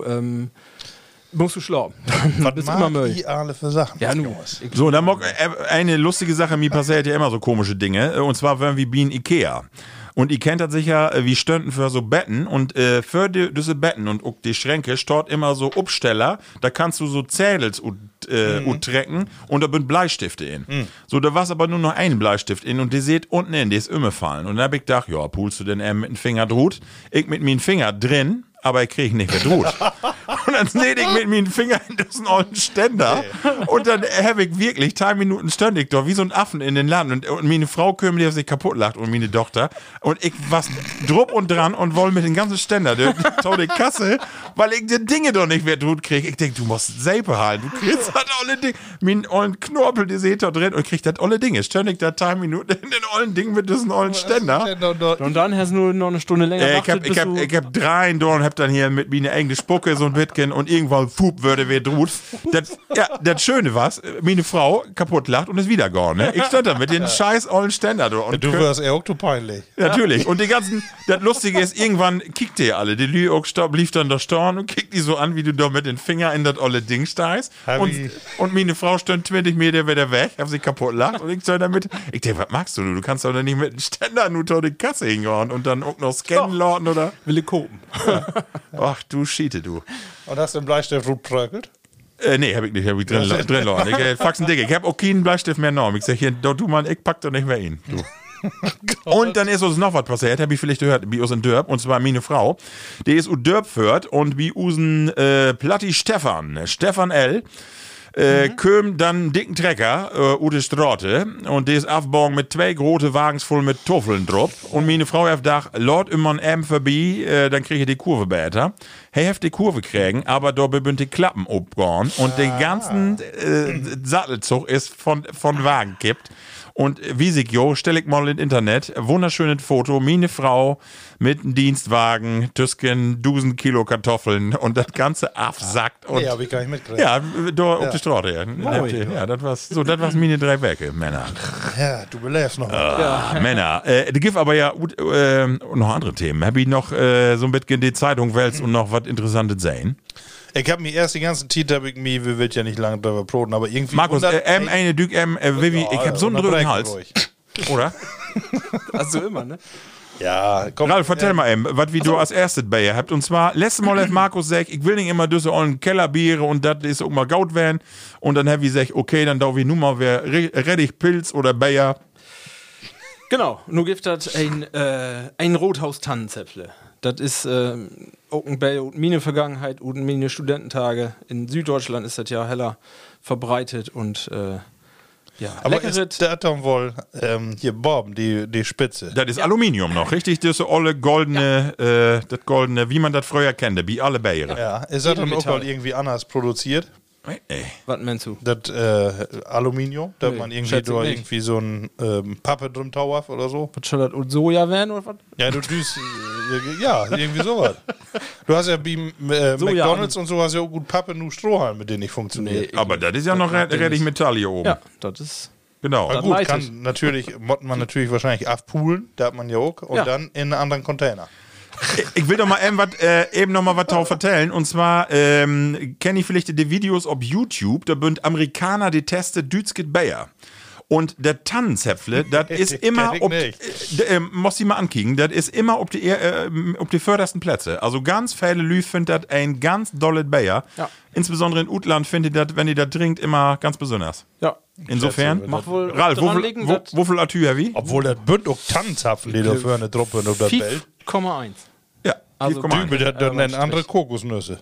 musst du schlafen. Was bist immer Müll. Die alle für Sachen. Ja, nur. So, dann eine lustige Sache, mir passiert ja immer so komische Dinge, und zwar wenn wir in Ikea. Und ihr kennt das sicher, wie Stünden für so Betten. Und für diese Betten und auch die Schränke steht immer so Upsteller. Da kannst du so Zädels trecken und da sind Bleistifte in. So, da war aber nur noch ein Bleistift in und die seht unten in, die ist immer fallen. Und dann hab ich gedacht, ja, pulst du denn mit dem Finger drut? Ich mit meinem Finger drin, aber ich krieg nicht mehr drut. Und dann seht ich mit meinen Fingern in diesen alten Ständer. Und dann habe ich wirklich 3 Minuten stand ich da wie so ein Affen in den Laden. Und meine Frau kümmert, die sich kaputt lacht und meine Tochter. Und ich war drupp und dran und wollte mit den ganzen Ständer die Kasse, weil ich die Dinge doch nicht mehr drut krieg. Ich denke, du musst selber halten. Du kriegst das alle Dinge. Mein ollen Knorpel, die seht da drin und kriegt das alle Dinge. Stand ich da 3 Minuten in den ollen Ding mit diesen ollen Ständer. Und dann hast du nur noch eine Stunde länger Ich hab 3 da und hab dann hier mit meiner eigenen Spucke so ein bisschen und irgendwann Fup würde wer drut. Das Schöne war's, meine Frau kaputt lacht und ist wieder gone. Ne? Ich stand da mit den scheiß ollen Ständer. Und du wirst auch zu peinlich. Natürlich. Und die ganzen, das Lustige ist, irgendwann kickt ihr alle. Die Lü blieb dann da stehen und kickt die so an, wie du da mit den Fingern in das olle Ding steigst. Und meine Frau stand 20 Meter wieder weg, hab sie kaputt lacht und ich stand damit. Ich denke, was magst du? Du kannst doch nicht mit den Ständer nur durch die Kasse hingehen und dann auch noch scannen lauten oder? Will ich kopen. Ja. Ach, du Schiete, du. Und hast du den Bleistift rutpröckelt? Nee, hab ich nicht. Hab ich drin lassen. Ich faxen Dicke. Ich hab auch keinen Bleistift mehr genommen. Ich sag hier, du Mann, ich pack doch nicht mehr ihn. Du. Und dann ist uns noch was passiert, hab ich vielleicht gehört, wie uns in Dörp, und zwar meine Frau. Die ist u Dörp führt und wie usen Platti Stefan L. Köm dann einen dicken Trecker, Ute Straße, und der ist aufgebaut mit 2 große Wagens voll mit Toffeln drauf. Und meine Frau hat gedacht, Lord immer ein vorbei, dann kriege ich die Kurve besser. Hey, heft die Kurve kriegen, aber da bünd die Klappen abgehauen und den ganzen Sattelzug ist von Wagen kippt. Und wie sich stelle ich mal ins Internet, wunderschönes Foto, meine Frau mit einem Dienstwagen, Tüsken, 1000 Kilo Kartoffeln und das Ganze absackt. Und Nee, hab ich gar nicht mitgekriegt. ja, da auf die Straße. Ja, das war's meine 3 Werke, Männer. Ja, du belebst noch. Männer. Die gibt aber ja noch andere Themen. Hab ich noch so ein bisschen die Zeitung wälzt und noch was Interessantes sehen? Ich hab mir erst die ganzen Titel, wir will ja nicht lange drüber proten, aber irgendwie. Markus, eine Dück, Vivi, ich hab so einen drücken Hals. Oder? Hast du immer, ne? Ja, komm. Ralf, vertell mal was wie du als erstes bei ihr habt. Und zwar, letztes Mal hat Markus gesagt, ich will nicht immer diese ollen Kellerbiere und das ist auch mal Gaut werden. Und dann hab ich gesagt, okay, dann darf ich nur mal wer Rettich, Pilz oder Bayer. Genau, nur gibt das ein Rothaus-Tannenzäpfle. Das ist auch meine Vergangenheit und meine Studententage. In Süddeutschland ist das ja heller verbreitet und ja, aber ist das dann wohl hier Bob, die Spitze? Das ist Aluminium noch, richtig? Das ist olle goldene, das goldene, wie man das früher kannte, wie alle Bayer. Ja, ist das dann auch mal irgendwie anders produziert? Was meinst du? Das Aluminium, da man irgendwie durch irgendwie so ein Pappe drum tauert oder so? Was soll das? Und Soja werden oder was? Ja, du düst, ja, irgendwie sowas. Du hast ja wie McDonalds und so hast ja auch gut Pappe, nur Strohhalm, mit denen nicht funktioniert. Nee, aber das ist ja noch richtig Metall hier oben. Ja, das ist. Genau. Na gut, kann natürlich, man natürlich wahrscheinlich abpoolen, da hat man ja auch, und dann in einen anderen Container. Ich will doch mal eben noch mal was drauf vertellen. Und zwar kenne ich vielleicht die Videos auf YouTube, da sind Amerikaner, die testen Dütskit Bayer. Und der Tannenzäpfle, das ist immer, muss ich mal ankicken, das ist immer auf die fördersten Plätze. Also ganz viele Lü findet das ein ganz dolles Bayer. Ja. Insbesondere in Utland findet das, wenn ihr das trinkt, immer ganz besonders. Ja. Insofern, mach wohl Ralf, wo viel Atü wie? Obwohl das bünd auch Tannenzapfen, die da für eine Truppe auf der Welt. 4,1. Ja, also Dübel, das nennen andere Kokosnüsse.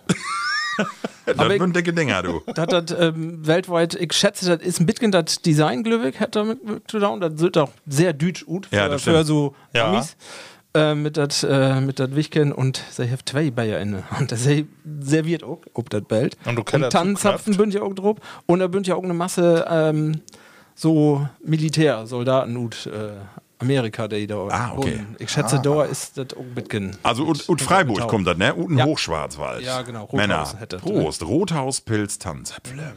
Das sind dicke Dinger, du. Das weltweit, ich schätze, das ist ein bisschen das Design, Glöwig, hat damit zu tun. Das sieht auch sehr deutsch gut für so Amis. Mit das Wichken und sie haben 2 Bayer inne. Und das serviert auch, ob das Bild. Und Tannenzapfen bünd ja auch drauf. Und da bünd ja auch eine Masse so Militärsoldaten und Amerika, die da okay. Ich schätze, da ist das auch ein bisschen. Also und Freiburg kommt das, ne? Und Hochschwarzwald. Ja, genau. Rothaus Männer, Prost. Rothaus, Pilz, Tannenzäpfle.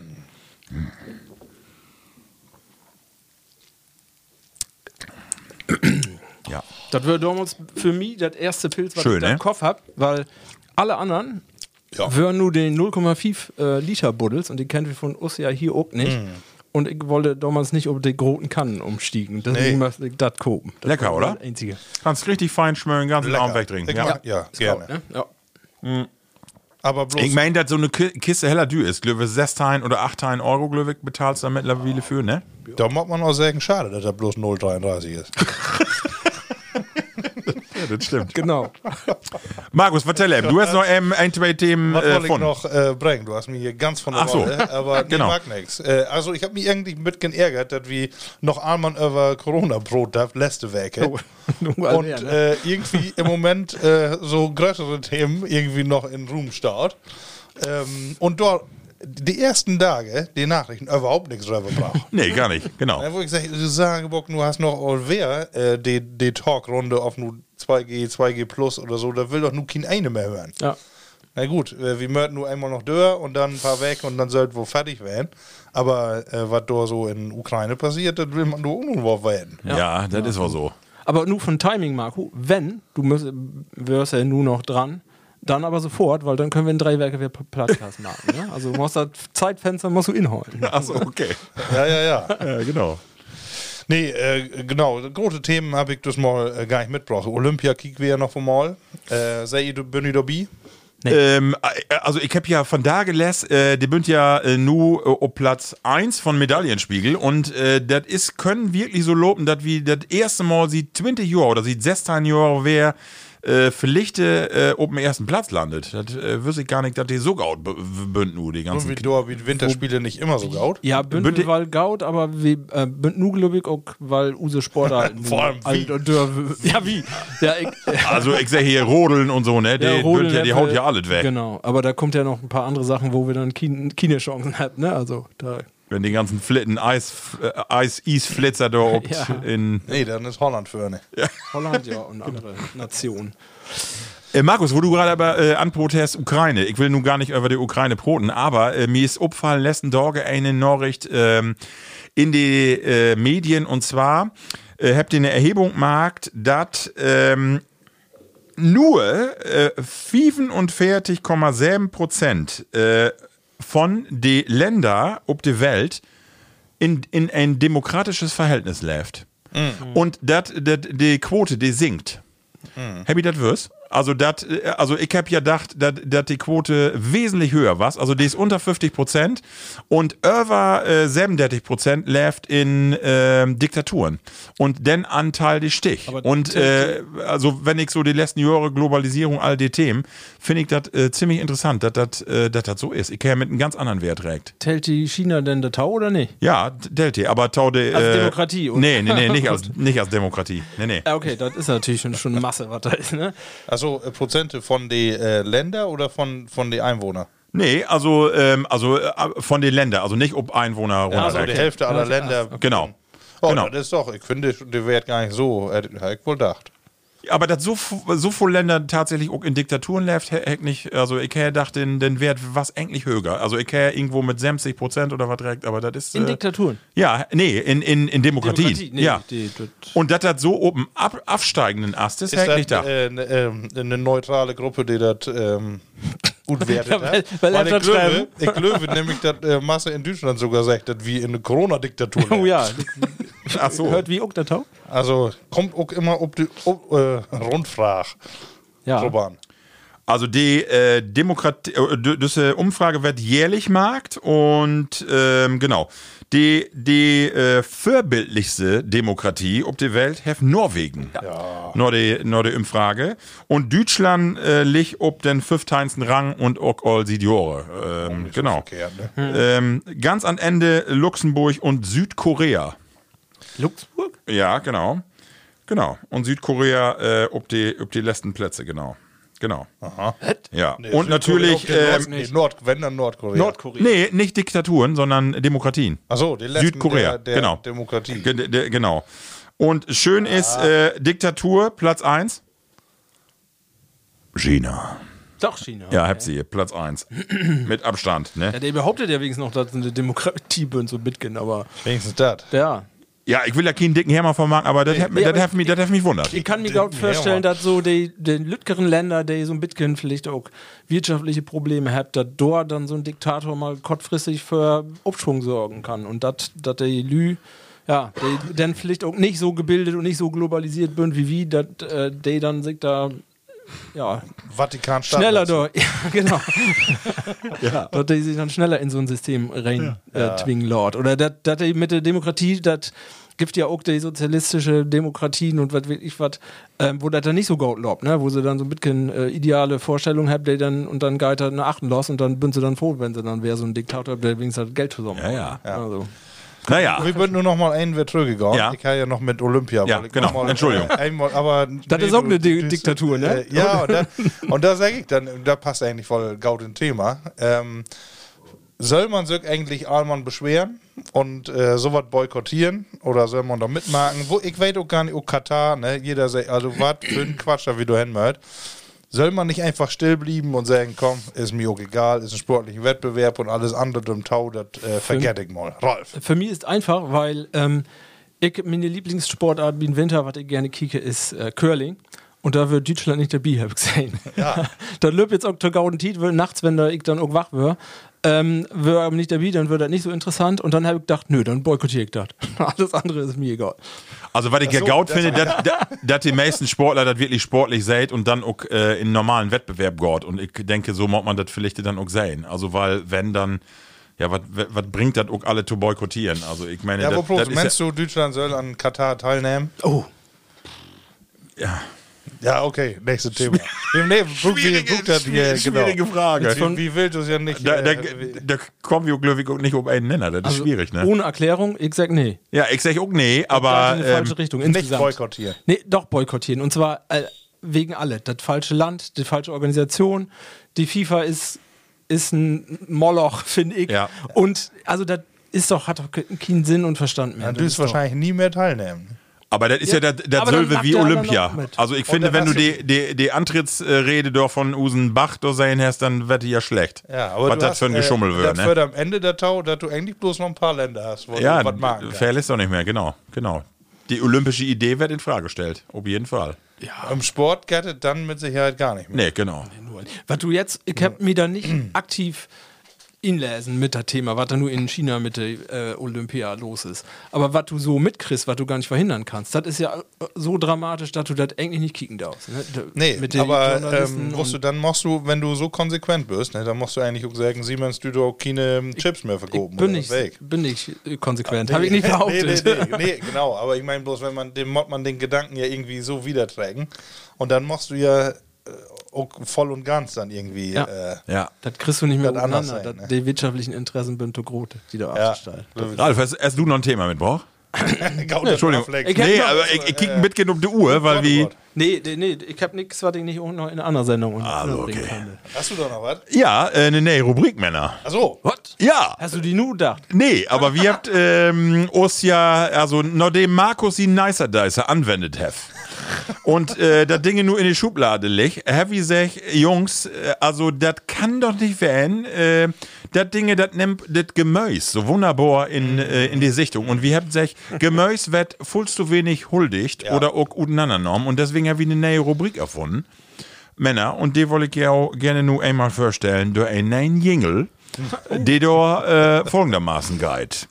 Ja. Das wäre damals für mich das erste Pilz, was ich im Kopf habe, weil alle anderen wären nur den 0,5 Liter Buddels und die kennen wir von uns ja hier auch nicht. und ich wollte damals nicht auf die großen Kannen umstiegen. Deswegen musste ich das kopen. Das Lecker, war oder? Das Einzige. Kannst richtig fein schmören, ganz Lecker. Abend wegtrinken. Ich Ja. mag, ja, gerne. Ne? Ja. Aber bloß, Ich meine, dass so eine Kiste heller dür ist. Glaube ich, 6 oder 8 Euro, glaube ich, bezahlst du da mittlerweile für, ne? da muss man auch sagen, schade, dass er bloß 0,33 ist. Ja, das stimmt. Genau. Markus, vertell eben, du hast noch ein, zwei Themen Was wollte ich von. noch bringen? Du hast mich hier ganz von der Ach so. Rolle, aber nee, Genau. mag nix. Also ich habe mich irgendwie mit geärgert, dass wir noch einmal über Corona-Brot darf, letzte Woche. Und irgendwie im Moment so größere Themen irgendwie noch in Ruhm staut. Und dort die ersten Tage die Nachrichten überhaupt nichts drüber braucht. Nee, gar nicht, genau. Wo ich sage, Bock, du hast noch wer die Talkrunde auf nur 2G Plus oder so, da will doch nur kein eine mehr hören. Ja. Na gut, wir möchten nur einmal noch durch und dann ein paar weg und dann sollten wir fertig werden. Aber was da so in Ukraine passiert, das will man nur auch werden. Ja, das ist auch so. Aber nur von Timing, Marco, wenn, wirst ja nur noch dran, dann aber sofort, weil dann können wir in 3 Werke wieder Podcast machen. Ne? Also du musst das Zeitfenster musst du inhalten. Achso, okay. Ja. Ja, genau. Nee, genau, große Themen habe ich das mal gar nicht mitgebracht. Olympia kicken wir ja noch mal. Sei ihr, bin ich dabei? Also ich habe ja von da gelesen, die bünd ja nur auf Platz 1 von Medaillenspiegel und das ist, können wirklich so loben, dass wir das erste Mal seit 20 Jahren oder seit 16 Jahren wer vielleicht auf dem ersten Platz landet. Das wüsste ich gar nicht, dass die so gaut bünd nur die ganzen. Und wie da wie Winterspiele nicht immer so gaut. Ja, Bündel, weil Gaut, aber wie nur glaube ich auch, weil Use Sportarten. Vor allem wie? Ja, wie? Ja, Also ich sehe hier Rodeln und so, ne? Die, Rodeln, die haut ja alles weg. Genau, aber da kommt ja noch ein paar andere Sachen, wo wir dann keine Chancen haben, ne? Also da. Wenn die ganzen Flitten, Eisflitzer da obt Ja. in. Nee, dann ist Holland für eine. Holland, ja, und andere Nationen. Markus, wo du gerade aber anprotest Ukraine, ich will nun gar nicht über die Ukraine proten, aber mir ist aufgefallen, letzten Tage eine Nachricht in die Medien und zwar habt ihr eine Erhebung gemacht, dass nur 45,7% von den Ländern auf der Welt in ein demokratisches Verhältnis läuft. Und die Quote, die sinkt. Hab ich das wirst? Also ich hab ja gedacht, dass die Quote wesentlich höher war. Also die ist unter 50% und über 37% läuft in Diktaturen. Und den Anteil die Stich. Aber und also wenn ich so die letzten Jahre Globalisierung, all die Themen, finde ich das ziemlich interessant, dass das so ist. Ich kann mit einem ganz anderen Wert trägt. Tellt die China denn der Tau oder nicht? Ja, Delta, aber Tau de, Als Demokratie, oder? Nee, nicht als Demokratie. Nee. Ja, okay, das ist natürlich schon eine Masse, was da ist, ne? Also Prozente von den Ländern oder von den Einwohnern? Nee, also von den Ländern, also nicht ob Einwohner runter. Also die Hälfte aller Länder. Genau. Oh, Genau. das ist doch, ich finde, der Wert gar nicht so, hätte ich wohl gedacht. Aber dass so viele Länder tatsächlich auch in Diktaturen läuft, hätte nicht, also ich hätte gedacht, den Wert was eigentlich höher. Also ich hätte irgendwo mit 70% oder was direkt, aber das ist. In Diktaturen. Ja, nee, in Demokratie. Nee, ja. das Und dass das so oben absteigenden Ast ist, Ist hätte ich das nicht gedacht. eine neutrale Gruppe, die das gut wertet? Ja, weil er das ich glaube nämlich, dass Masse in Deutschland sogar sagt, dass wir in eine Corona-Diktatur Oh leben. ja. Ach so. Hört wie auch der Tau? Also kommt auch immer ob die Rundfrage Ja. drüber an. Also die Demokratie, diese Umfrage wird jährlich gemacht und genau. Die vorbildlichste Demokratie auf der Welt hat Norwegen. Ja. Nur die Umfrage. Und Deutschland liegt auf den 15. Rang und auch all die Jahre. Genau. Verkehrt, ne? Ganz am Ende Luxemburg und Südkorea. Luxemburg? Ja, genau. Genau. Und Südkorea auf die letzten Plätze, genau. Aha. Ja. Nee, und natürlich. wenn dann Nordkorea. Nordkorea. Nee, nicht Diktaturen, sondern Demokratien. Achso, die letzten Südkorea, der genau. Demokratie. Genau. Und schön ist Diktatur, Platz 1. China. Doch, China. Ja, habt sie, Platz 1. Mit Abstand, ne? Ja, der behauptet ja wenigstens noch, dass eine Demokratie bünd so mitgehen, aber Wenigstens das. ja. Ja, ich will ja keinen dicken Hammer von machen, aber das hat mich wundert. Ich kann mir gut vorstellen, dass so die lütgeren Länder, die so ein bisschen vielleicht auch wirtschaftliche Probleme haben, dass dort dann so ein Diktator mal kurzfristig für Aufschwung sorgen kann und dass die Lü, ja, die dann vielleicht auch nicht so gebildet und nicht so globalisiert sind wie wir, dass die dann sich da ja, Vatikanstaat schneller da, ja, genau. Dass die sich dann schneller in so ein System rein zwingen, Lord. Oder dass die mit der Demokratie, das gibt ja auch die sozialistische Demokratien und was wirklich was, wo das dann nicht so gut läuft, ne? Wo sie dann so ein bisschen ideale Vorstellungen haben, die dann und dann geht er nach achten los und dann sind sie dann froh, wenn sie dann wäre so ein Diktator, der wenigstens Geld zusammen. Ja. Also. Naja. Wir würden nur noch mal einen wieder zurückgegangen. Ja. Ich habe ja noch mit Olympia. Ja, genau. Entschuldigung. Aber das ist auch eine Diktatur, ne? Ja, und da sage ich dann, da passt eigentlich voll gaut ein Thema. Soll man sich eigentlich einmal beschweren und sowas boykottieren oder soll man da mitmachen? Ich weiß auch gar nicht, Katar, ne? Jeder sagt, also was für ein Quatsch, wie du hinmört. Soll man nicht einfach still bleiben und sagen, komm, ist mir auch egal, ist ein sportlicher Wettbewerb und alles andere im Tau, das vergesse ich mal. Ralf. Für mich ist einfach, weil meine Lieblingssportart wie im Winter, was ich gerne kicke, ist Curling. Und da wird Deutschland nicht dabei, habe ich gesehen. Ja. Da löbt jetzt auch der Gauden Tiet, nachts, wenn ich dann auch wach wäre, wäre aber nicht dabei, dann wird das nicht so interessant. Und dann habe ich gedacht, nö, dann boykottiere ich das. Alles andere ist mir egal. Also, was ich ja gaut finde, dass die meisten Sportler das wirklich sportlich seht und dann auch in normalen Wettbewerb geht. Und ich denke, so muss man das vielleicht dann auch sehen. Also, weil, wenn dann, ja, was bringt das auch alle zu boykottieren? Also, ich meine, ja, meinst du, Deutschland soll an Katar teilnehmen? Oh. Ja. Ja, okay, nächstes Thema. Schwierige Frage. Wie willst du es ja nicht? Da kommen wir, glaube ich, nicht um einen Nenner. Das ist schwierig, ne? Ohne Erklärung, ich sag nee. Ja, ich sag auch nee, aber in die falsche Richtung. Nicht Insgesamt. boykottieren. Nee, doch boykottieren. Und zwar wegen alle. Das falsche Land, die falsche Organisation. Die FIFA ist ein Moloch, finde ich. Ja. Und also das hat doch keinen Sinn und Verstand mehr. Dann wirst du wahrscheinlich nie mehr teilnehmen. Aber das ist ja das Sölve wie Olympia. Also ich finde, wenn du die Antrittsrede doch von Usen Bach da sein hast, dann wird die ja schlecht. Ja, aber was das für ein Geschummel wird, ne? Das wird am Ende der Tau, dass du eigentlich bloß noch ein paar Länder hast, wo du was machen kannst. Fair ist doch nicht mehr, genau. Die olympische Idee wird in Frage gestellt, auf jeden Fall. Ja. Im Sport geht es dann mit Sicherheit gar nicht mehr. Nee, genau. Was du jetzt, ich hab mir da nicht aktiv inlesen mit dem Thema, was da nur in China mit der Olympia los ist. Aber was du so mitkriegst, was du gar nicht verhindern kannst, das ist ja so dramatisch, dass du das eigentlich nicht kicken darfst. Ne? Nee, aber dann musst du, wenn du so konsequent bist, ne, dann musst du eigentlich auch sagen, Siemens, du doch keine Chips mehr verkaufen. Bin ich konsequent, habe ich nicht behauptet. Nee, genau, aber ich meine bloß, wenn man den Gedanken ja irgendwie so wiedertragen und dann musst du ja auch voll und ganz dann irgendwie. Ja. Das kriegst du nicht mehr anders sein, ne? Die wirtschaftlichen Interessen sind so groß, die da absteigen. Ralf, hast du noch ein Thema mitgebracht? Entschuldigung. Nee, aber ich kick mitgehen um die Uhr, weil wie. Nee, ich hab nichts, was ich nicht auch noch in einer anderen Sendung okay. kann. Hast du da noch was? Ja, eine Rubrik, Männer. Achso. Was? Ja. Hast du die nur gedacht? Nee, aber wir habt uns ja, also nachdem Markus die Nicer Dicer anwendet hat und das Dinge nur in die Schublade legt, habe ich gesagt, Jungs, also das kann doch nicht werden, das Dinge, das nimmt das Gemüse so wunderbar in die Sichtung. Und wir haben gesagt, Gemüse wird voll zu wenig huldigt oder auch untereinander und deswegen habe ich eine neue Rubrik erfunden. Männer, und die wollte ich ja auch gerne nur einmal vorstellen, durch einen neuen Jingle, der da folgendermaßen geht.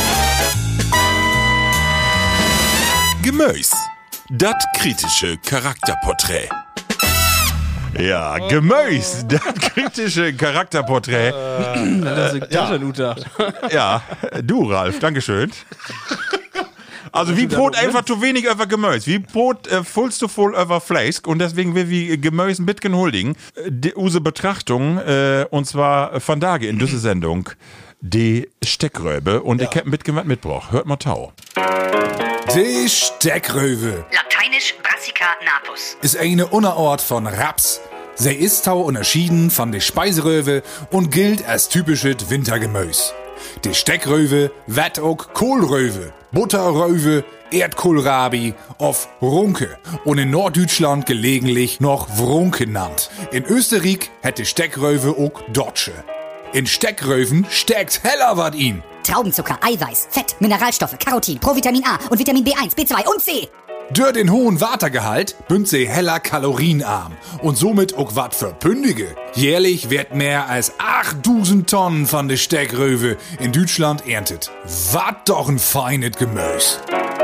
Gemüse. Das kritische Charakterporträt. Ja, Gemüse, das kritische Charakterporträt. Das ist Ja, du, Ralf, dankeschön. Also wie Brot einfach zu wenig über Gemüse. Wie Brot vollst du voll über Fleisch und deswegen will wir Gemüse ein bisschen huldigen. Unsere Betrachtung, und zwar von Tage in dieser Sendung, die Steckröbe und ich hab ein bisschen was mitgebracht. Hört mal Tau. Die Steckröwe. Lateinisch Brassica napus. Ist eine Unterart von Raps. Sie ist tau unterschieden von der Speiseröwe und gilt als typisches Wintergemüse. Die Steckröwe wird auch Kohlröwe, Butterröwe, Erdkohlrabi auf Runke und in Norddeutschland gelegentlich noch Wrunke genannt. In Österreich hätte Steckröwe auch Dotsche. In Steckröwen steckt heller wat ihn. Traubenzucker, Eiweiß, Fett, Mineralstoffe, Carotin, Provitamin A und Vitamin B1, B2 und C. Durch den hohen Watergehalt bünd sie heller kalorienarm und somit auch wat für Pündige. Jährlich wird mehr als 8000 Tonnen von der Steckröwe in Deutschland erntet. Wat doch ein feines Gemüse.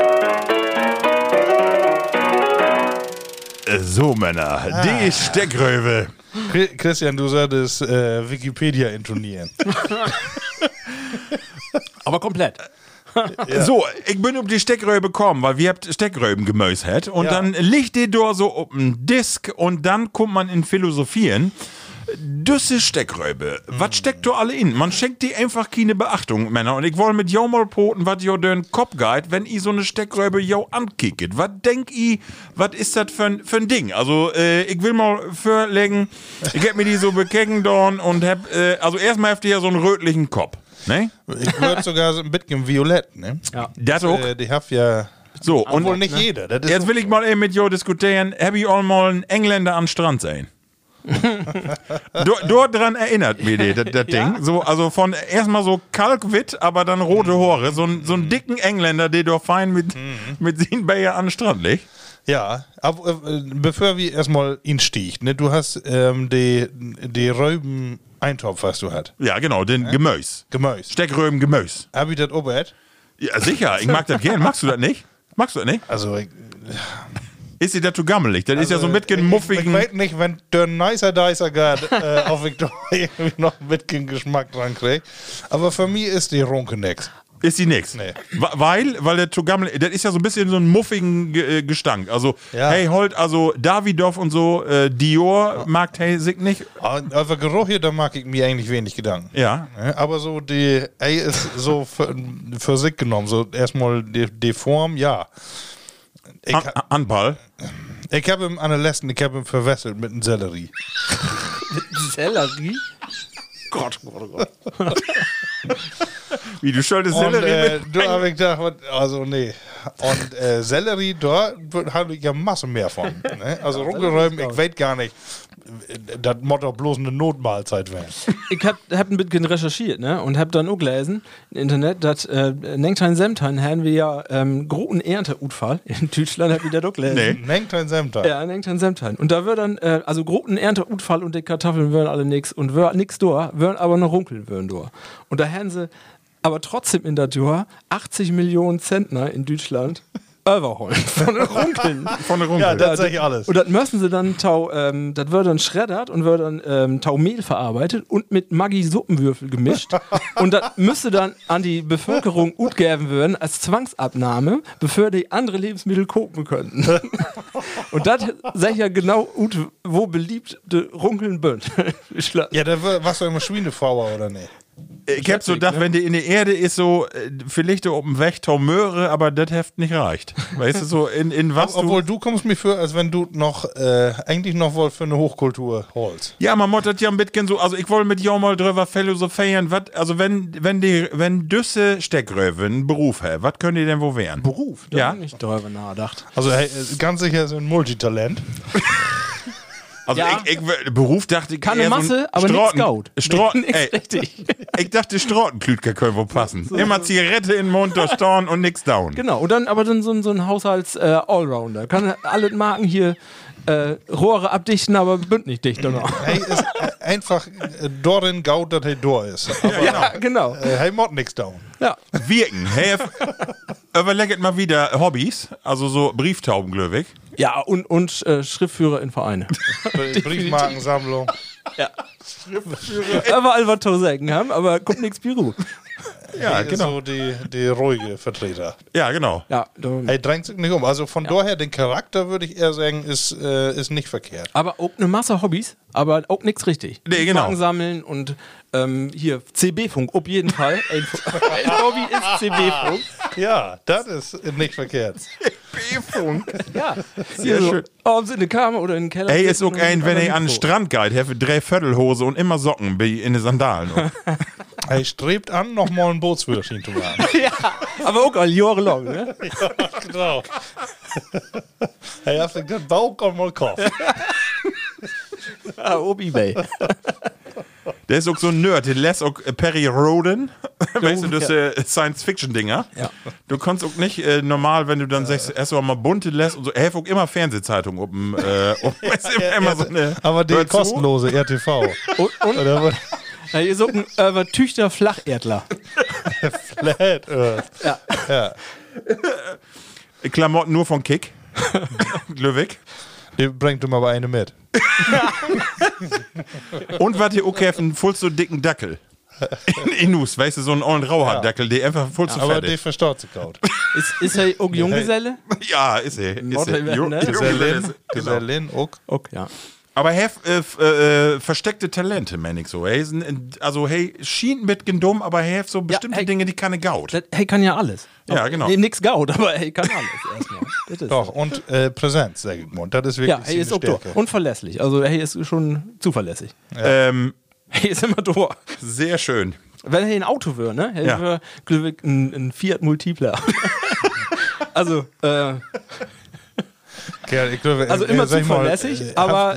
So, Männer, die Steckröwe. Christian, du solltest Wikipedia intonieren. Aber komplett. So, ich bin um die Steckröbe gekommen, weil wir habt Steckröben gemöst hat. Und dann liegt die da so auf dem Disk und dann kommt man in Philosophieren. Düsse Steckröbe. Was steckt da alle in? Man schenkt die einfach keine Beachtung, Männer. Und ich wollte mit jo mal poten, was jo den Kopf geht, wenn i so eine Steckröbe jo ankicket. Was denk i, was ist das für ein Ding? Also, ich will mal vorlegen, ich hab mir die so bekecken dorn und hab, also erstmal habt ihr ja so einen rötlichen Kopf. Ne? Ich würde sogar so ein bisschen violett, ne? Ja. Das auch. Die habt ja So, und wohl nicht jeder. Das ist jetzt will ich mal eben mit jo diskutieren, hab ich auch mal einen Engländer an den Strand sehen? Dort dran erinnert mir das Ding. So, also von erstmal so kalkwitt, aber dann rote Haare. So ein dicken Engländer, der doch fein mit seinen Bayer an den Strand liegt. Ja, aber bevor wir erstmal ihn sticht, ne? Du hast die Röben-Eintopf, was du hast. Ja, genau, den Gemüse. Gemüse. Steckröben Gemüse. Hab ich das oberhört? Ja, sicher, ich mag das gern. Magst du das nicht? Magst du das nicht? Also, Ist dir das zu gammelig? Das ist ja so ein bisschen Ich muffigen. weiß nicht, wenn der nicer Dicer geht, auf ich doch irgendwie noch ein bisschen Geschmack dran krieg. Aber für mich ist die Runke nix. Ist die nix. Nee. Weil der zu gammelig, das ist ja so ein bisschen so ein muffigen Gestank. Also, Ja. hey, Holt, also Davidoff und so, Dior mag hey sich nicht. Aber Geruch hier, da mag ich mir eigentlich wenig Gedanken. Ja. Ja, aber so die, ist so für sich genommen, so erstmal die Form, ja. Anball. Ich habe ihn an der letzten, ich habe ihn verwässert mit einem Sellerie. Sellerie? Gott, Gott, Gott. Wie, du solltest Und Sellerie mit. da habe ich gedacht, also nee. Und Sellerie, da habe ich ja Masse mehr von. Ne? Also rumgeräumt, ich weiß gar nicht, das Motto bloß eine Notmahlzeit wäre. Ich hab ein bisschen recherchiert, ne? Und hab dann auch gelesen im Internet, dass Nengtein Semtein haben wir ja großen Ernteunfall in Deutschland, hab ich das auch gelesen. Nee. Nengt ein Semter. Ja, Nengtein Semtein. Und da wird dann, also großen Ernteunfall und die Kartoffeln würden alle nix und würden nix da, würden aber noch runkeln würden da. Und da haben sie aber trotzdem in der Jahr 80 Millionen Zentner in Deutschland überholen. Von den Runkeln. Von der Runkel. Ja, das sag ich alles. Und das müssen sie dann das wird dann schreddert und wird dann Taumehl verarbeitet und mit Maggi-Suppenwürfel gemischt. Und das müsste dann an die Bevölkerung gut geben werden als Zwangsabnahme, bevor die andere Lebensmittel kopen könnten. Und das sag ich ja genau, wo beliebte Runkeln bünd. Ja, da warst du immer Schweinefauer, oder nicht? Ich hab so gedacht, wenn die in der Erde ist, so, vielleicht auf dem Weg Möhre, aber das heft nicht reicht. Weißt du, so in was Obwohl du kommst mir für, als wenn du noch, eigentlich noch wohl für eine Hochkultur holst. Ja, man muss das ja ein bisschen so, also ich wollte mit dir mal drüber philosophieren, also wenn Düsse Steckröwe einen Beruf haben, was können die denn wo werden? Beruf? Da Ja. hab ich nicht drüber nachgedacht. Also hey, ganz sicher so ein Multitalent. Also Ja. Beruf dachte ich Keine eher Masse, so ein aber nicht Scout. Nix Nix richtig. Ich dachte, Strautenklütker können wo passen. Immer Zigarette in den Mund, durchstorn und nix down. Genau, und dann aber dann so ein Haushalts-Allrounder. Kann alle Marken hier Rohre abdichten, aber bünd nicht dicht. Oder? Hey, ist einfach Dorin Gaut, dass hey Dor ist. Aber Ja, genau. hey, mod nix down. Ja. Wirken. Hey, überlegt mal wieder Hobbys, also so Brieftauben, glücklich. Ja, und Schriftführer in Vereine. Briefmarkensammlung. Überall was zu sagen haben, aber kommt nichts Büro. Ja, Hey, genau. So die ruhige Vertreter. Ja, genau. Ja, Hey, drängt sich nicht um. Also von daher, den Charakter würde ich eher sagen, ist nicht verkehrt. aber auch eine Masse Hobbys, aber auch nichts richtig. Nee, genau. Marken sammeln und hier CB-Funk, auf jeden Fall. Ein Hobby ist CB-Funk. Ja, das ist nicht verkehrt. B-Funk. Ja, Sehr hier schön. So, abends in der Kammer oder in den Keller. Ey, ist sitzen auch ein, und wenn dann ihr an den Mikro. Strand geht, have 3 Viertelhose und immer Socken in den Sandalen. Hey, strebt an, nochmal ein Bootsführerschein zu machen. Ja, aber auch all jahrelang, ne? Ja, genau. Hey, hast du den Bauch und mal Kopf. Ah, auf Ebay. Der ist auch so ein Nerd, der lässt auch Perry Roden. Weißt du, das Science-Fiction-Dinger. Ja. Du kannst auch nicht normal, wenn du dann sagst, erst mal bunte lässt und so, auch immer Fernsehzeitung immer so eine. Aber die Hör zu. kostenlose RTV. Und Oder was? ja, ihr sucht einen Tüchter Flacherdler. Flat Earth. Ja. Klamotten nur von Kick. Glöwig. Die bringt ihm aber eine mit. Und was ihr auch einen voll so dicken Dackel. In Inus, weißt du, so einen ollen Rauhaardackel, der einfach voll zu Aber fett die ist. verstaut sich kaut. Ist er auch Junggeselle? Ja, ist er. Ne? Gesellin, auch. Okay, ja. Aber versteckte Talente, meine ich so. Also, schien mit dumm, aber so bestimmte Dinge, die keine Gaut. Hey, kann ja alles. Ja, genau. Nee, nix Gaut, aber hey, kann alles erstmal. Das ist Doch, und Präsenz, sag ich mal. Das ist wirklich ja, hey, ist auch Stärke. da. Und verlässlich. Also, hey, ist schon zuverlässig. Hey, ist immer da. Sehr schön. Wenn hey ein Auto wäre, ne? Hey, Ja. wäre, glaub ich, ein Fiat Multipler. Also, Ja, ich glaube, also immer sag ich mal, zuverlässig, aber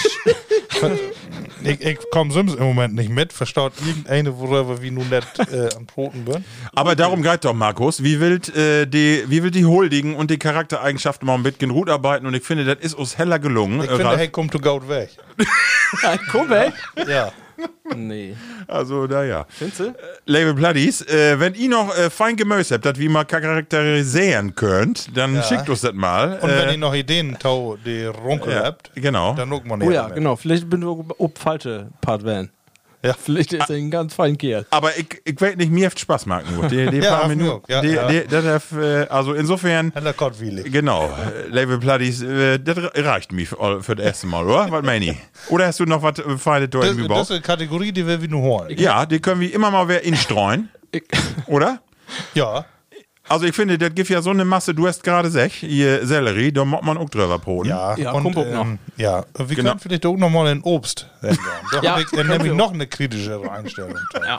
ich komme sonst im Moment nicht mit. Verstaut irgendeine, worüber wir nun nicht am Broten bin. Aber darum geht doch, Markus. Wie will die Huldigen und die Charaktereigenschaften mal ein bisschen gut arbeiten? Und ich finde, das ist uns heller gelungen. Ich finde, Ralf. hey, kommt du gut weg. komm weg. Ja. Nee. Also, da ja. Findest du? Label Bloodies, wenn ihr noch fein Gemüse habt, das wie man charakterisieren könnt, dann schickt uns das mal. Und wenn ihr noch Ideen tau, die Runkel habt, genau. dann guckt man Oh nicht ja, damit. genau. Vielleicht bin du ob falsche Part Van. Ja. Vielleicht ist er ein ganz fein Kerl. Aber ich weiß nicht, mir hat Spaß machen. Nur. Die Ja, paar auf Minuten. mir. Ja, Also insofern, Heller Gottwillig. genau, Label Bloodies, das reicht mir für das erste Mal, oder? Was meine ich? Oder hast du noch was Feines da Das irgendwie ist gebaut? eine Kategorie, die wir nur holen. Ja, die können wir immer mal wer instreuen, oder? Ja. Also ich finde, das gibt ja so eine Masse, du hast gerade gesagt, hier Sellerie, da muss man auch drüber broten. Ja, Ja, und kommt auch noch. ja, wir Genau. können vielleicht auch noch mal in Obst ändern. Da Ja, habe ich können nämlich wir noch eine kritischere Einstellung. Ja.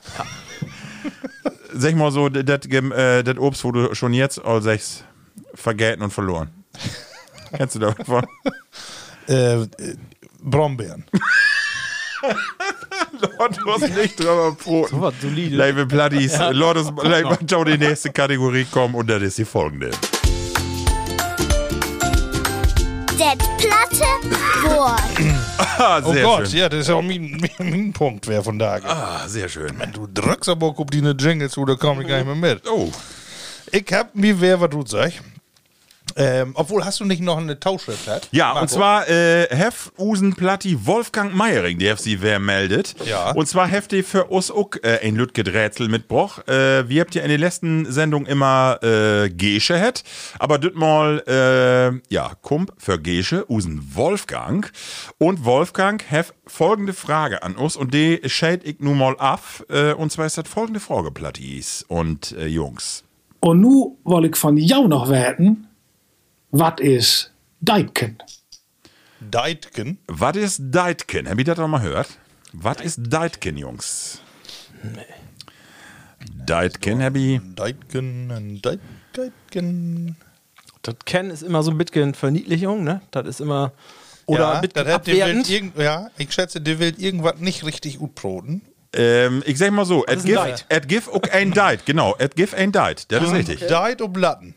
Sag mal so, das Obst, wo du schon jetzt all sechs vergäten und verloren. Kennst du davon? Brombeeren. Lord, du hast nicht drüber broten. So was solide. Label Bloodies, Lord, schau die nächste Kategorie kommen und das ist die folgende. Det platte Wort. Ah, Oh sehr Gott, schön. ja, das ist auch mein Punkt, wer von da. Ah, sehr schön. Du drückst aber auch auf die Jingles, da komme ich gar nicht mehr mit. Oh, Ich hab mir wer was du sagst. Obwohl, hast du nicht noch eine Tauschschrift? ja, Marco? und zwar Hef Usen Platti Wolfgang Meiering, der FC wer meldet. Ja. Und zwar heft die für uns auch ein Lütget Rätsel mitbroch. Wir habt ja in der letzten Sendung immer Gesche het, aber dit mal Kump für Gesche Usen Wolfgang. Und Wolfgang hef folgende Frage an uns und die schäd ich nun mal ab. Und zwar ist das folgende Frage, Plattis und Jungs. Und nu wil ik van jou nog weten, wat is Deitken? Deitken. Was ist Deitken? Habt ihr das doch mal gehört? Was ist Deitken, Jungs? Nee. Deitken, hab ich. Deitken. Das Kennen ist immer so ein bisschen Verniedlichung, ne? Das ist immer. Oder ja, ein bisschen das hat, der will abwertend. ich schätze, der will irgendwas nicht richtig gut broten. Ich sag mal so, ist ein Deit? et gif auch ein Deit, genau, et gif ein Deit, das ist richtig. Deit und Blatten.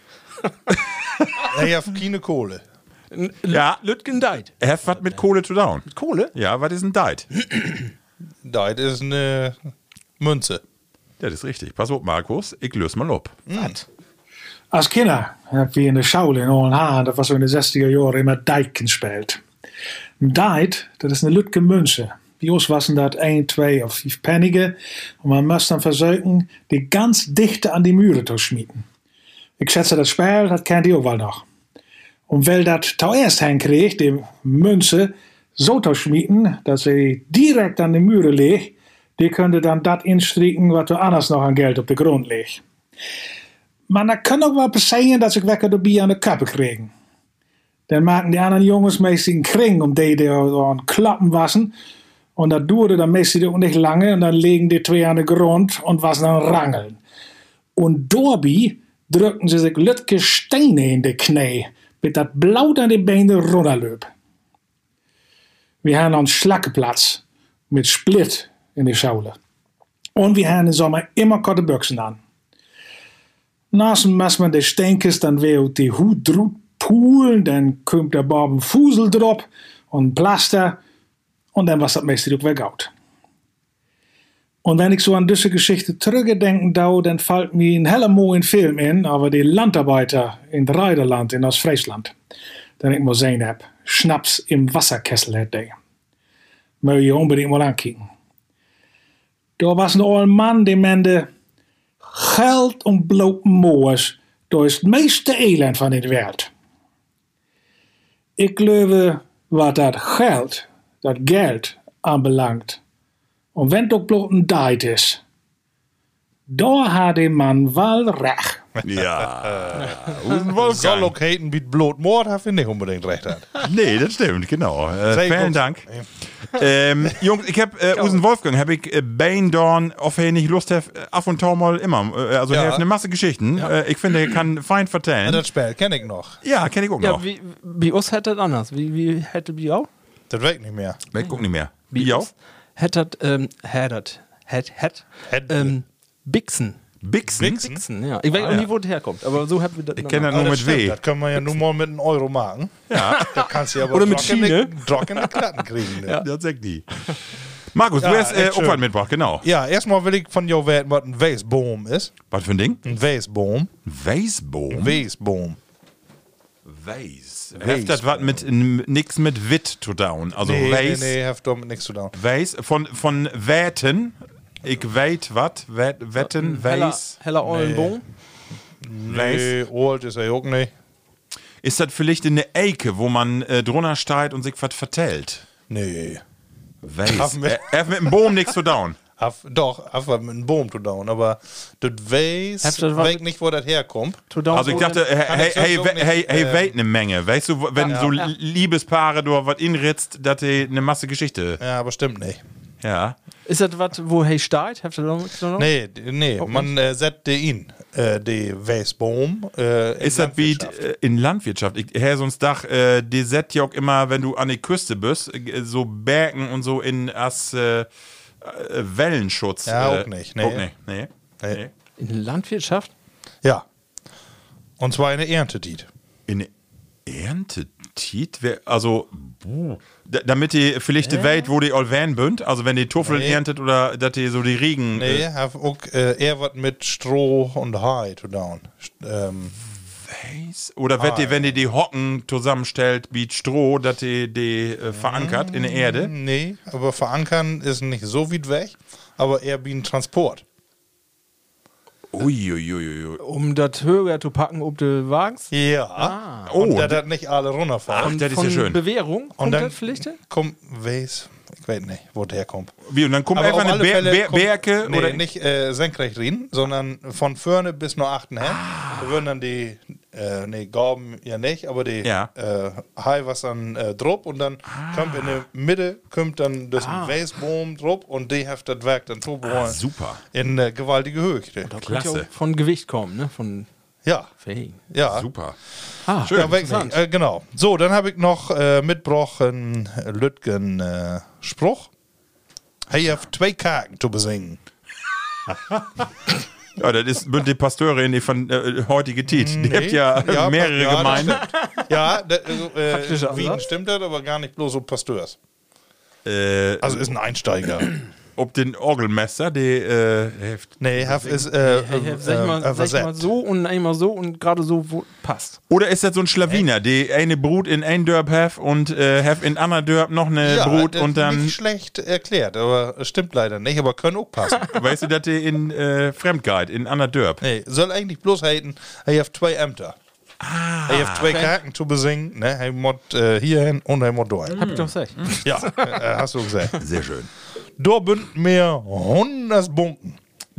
Er hat keine Kohle. Ja. Lütgen Deit. Er hat was mit Kohle zu tun. Kohle? Ja, was ist ein Deit? Deit ist eine Münze. Das ist richtig. Pass auf, Markus, ich löse mal ab. Als Kinder heb we in de Schule in Ollenhaan, dat was zo in de 60er jaren, immer Deitken gespeeld. Een Deit, dat is een Lütke Münze. Bij ons was dat 1, 2 of 5 Pennige. Und man moest dan versuchen, die ganz dichte an die Mühre zu schmieden. Ich schätze, das Spiel, das kennt ihr auch wohl noch. Und weil das zuerst hinkriegt, die Münze so zu schmieden, dass sie direkt an die Mühre liegt, die könnte dann das instrieken, was du anders noch an Geld auf den Grund liegt. Maar dat kan ook wel passieren dat ik wekker dabei aan de kappen kreeg. Dan maken die anderen jongens meestal een kring om die aan klappen wassen. Und das dauerte dann meestal auch nicht lange und dann legen die zwei an den Grund und was dann rangeln. Und dabei drückten sie sich lütke Steine in die Knie, bis das Blut an die Beine runterlöp. Wir haben einen Schlackeplatz mit Split in die Schule. Und wir haben im Sommer immer korte Büchsen an. Naast muss man de Steinkes dann weer die Hut drüber pulen, dann kommt der Bob Fusel drauf und Plaster und dann was das meiste auch weggaut. Und wenn ich so an diese Geschichte zurückdenken da, dann fällt mir ein heller mooie Film in, aber die Landarbeiter in Reiderland in Ostfriesland, den ich mal gesehen habe, Schnaps im Wasserkessel hat der. Möge je unbedingt mal ankijken. Da was ein Mann, die meinte, Geld und blote Moors, dat is het meeste elend van de wereld. Ik geloof wat dat geld aanbelangt, en wenn het ook bloot een tijd is, daar had de man wel recht. Ja. Soll auch heten wie Blut Mord, hat nicht unbedingt recht hat. Nee, das stimmt, genau. Vielen Dank. Jungs, ich habe Usen Wolfgang, habe ich Beindorn, ob er nicht Lust hat, ab und zu mal immer. Also er hat eine Masse Geschichten. Ich finde, er kann fein vertellen. Das Spiel kenne ich noch. Ja, kenne ich auch noch. Ja, wie uns hätte das anders. Wie hätte die auch? Das weiß ich nicht mehr. Ich guck nicht mehr. Wie auch? Hätte Bixen. Bixen? Ja. Ich weiß auch nicht, wo das herkommt, aber so haben wir das. Ich kenne das nur mit W. Das können wir ja nun mal mit einem Euro machen. Ja. Das kannst du ja aber Oder mit Schiene. trockene Klatten kriegen. Ne? Ja, das sagt die. Markus, Ja, du hast echt auch schön. was mitgebracht, genau. Ja, erstmal will ich von dir wissen, was ein Weisboom ist. Was für ein Ding? Ein Weisboom. Weißbohm? Weisboom. Weiß. Heft das was mit nix mit Witt zu tun. Also Weiß. Nee, hat damit nichts zu tun. Weiß von Wäten. Ich weet wat. Wetten, Weiß. Heller Eulenboom. Nee, alt ist er auch nicht. Ist das vielleicht eine Ecke, wo man drunter steht und sich was vertellt? Nee. Weiß. Haf mit- Er hat mit dem Boom nichts zu tun. Doch, einfach mit einem Boom zu tun, aber das weiß, Habt ihr was- weiß nicht, wo das herkommt. Also ich dachte, hey, weet eine Menge. Weißt du, wenn so Ja. Liebespaare du was inritzt, dass die eine Masse Geschichte. Ja, aber stimmt nicht. Ja. Ist das was, wo hey steht? Habt ihr das noch? Nee, man setzt ihn, die Weisboom. Ist das wie in Landwirtschaft? Ich her sonst Dach, die setzt ja auch immer, wenn du an die Küste bist, so Bergen und so in as Wellenschutz. Ja, auch nicht. Nee. Auch nicht. Nee. Nee. In Landwirtschaft? Ja. Und zwar eine Erntetiet. In Erntetit? Also, damit die vielleicht die Welt, wo die all Van bünd, also wenn die Tuffeln erntet oder dass die so die Riegen. Nee, hab auch eher was mit Stroh und Hai zu tun. Oder wenn die Hocken zusammenstellt wie Stroh, dass die verankert in der Erde. Nee, aber verankern ist nicht so weit weg, aber eher wie ein Transport. Uiuiuiui. Um das höher zu packen, ob du Wagens? Ja. Oh, Und das nicht alle runterfahren. das ist Von ja schön. Bewährung? Und Kommt dann das vielleicht? kommt Weiß, ich weiß nicht, wo der herkommt. Wie, und dann kommt Aber einfach auf eine alle Fälle kommt- Berke nee, oder nicht senkrecht rein, sondern von vorne bis nach achten hin. Da würden dann die, Gauben ja nicht, aber die Ja. Hai was dann drauf und dann kommt in der Mitte kommt dann das Weißboom drauf und die hat das Werk dann zubeholen. super. In gewaltige Höhe. Könnte ja Klasse. auch von Gewicht kommen, ne? Von Ja, Fähigen. ja. Super. Schön. Ja, weg nicht. Genau. So, dann habe ich noch mitbrochen Lütgen Spruch. Hey, ihr habt 2 Kaken zu besingen. Ja, das ist die Pasteurin die von heutige Tit. Die habt ja, mehrere das Gemeinden. stimmt. Ja, Praktischer Wien Ansatz. stimmt das, aber gar nicht bloß so Pasteurs. Also ist ein Einsteiger. Ob den Orgelmesser, die hilft. Nee, Haf ist Sag mal so und einmal so und gerade so, wo passt. Oder ist das so ein Schlawiner, die eine Brut in ein Dörp hat und have in einer Dörp noch eine Brut das und dann, nicht schlecht erklärt, aber es stimmt leider nicht, aber können auch passen. weißt du, dass die in Fremdguide, in einer Dörp. Nee, soll eigentlich bloß heißen, er hat 2 Ämter. Er hat 2 Kaken zu besingen, ne? Er muss hierhin und er muss dahin. Hab ich doch gesagt. Ja, hast du gesagt. Sehr schön. Da bünd mehr Hunden als Bunken.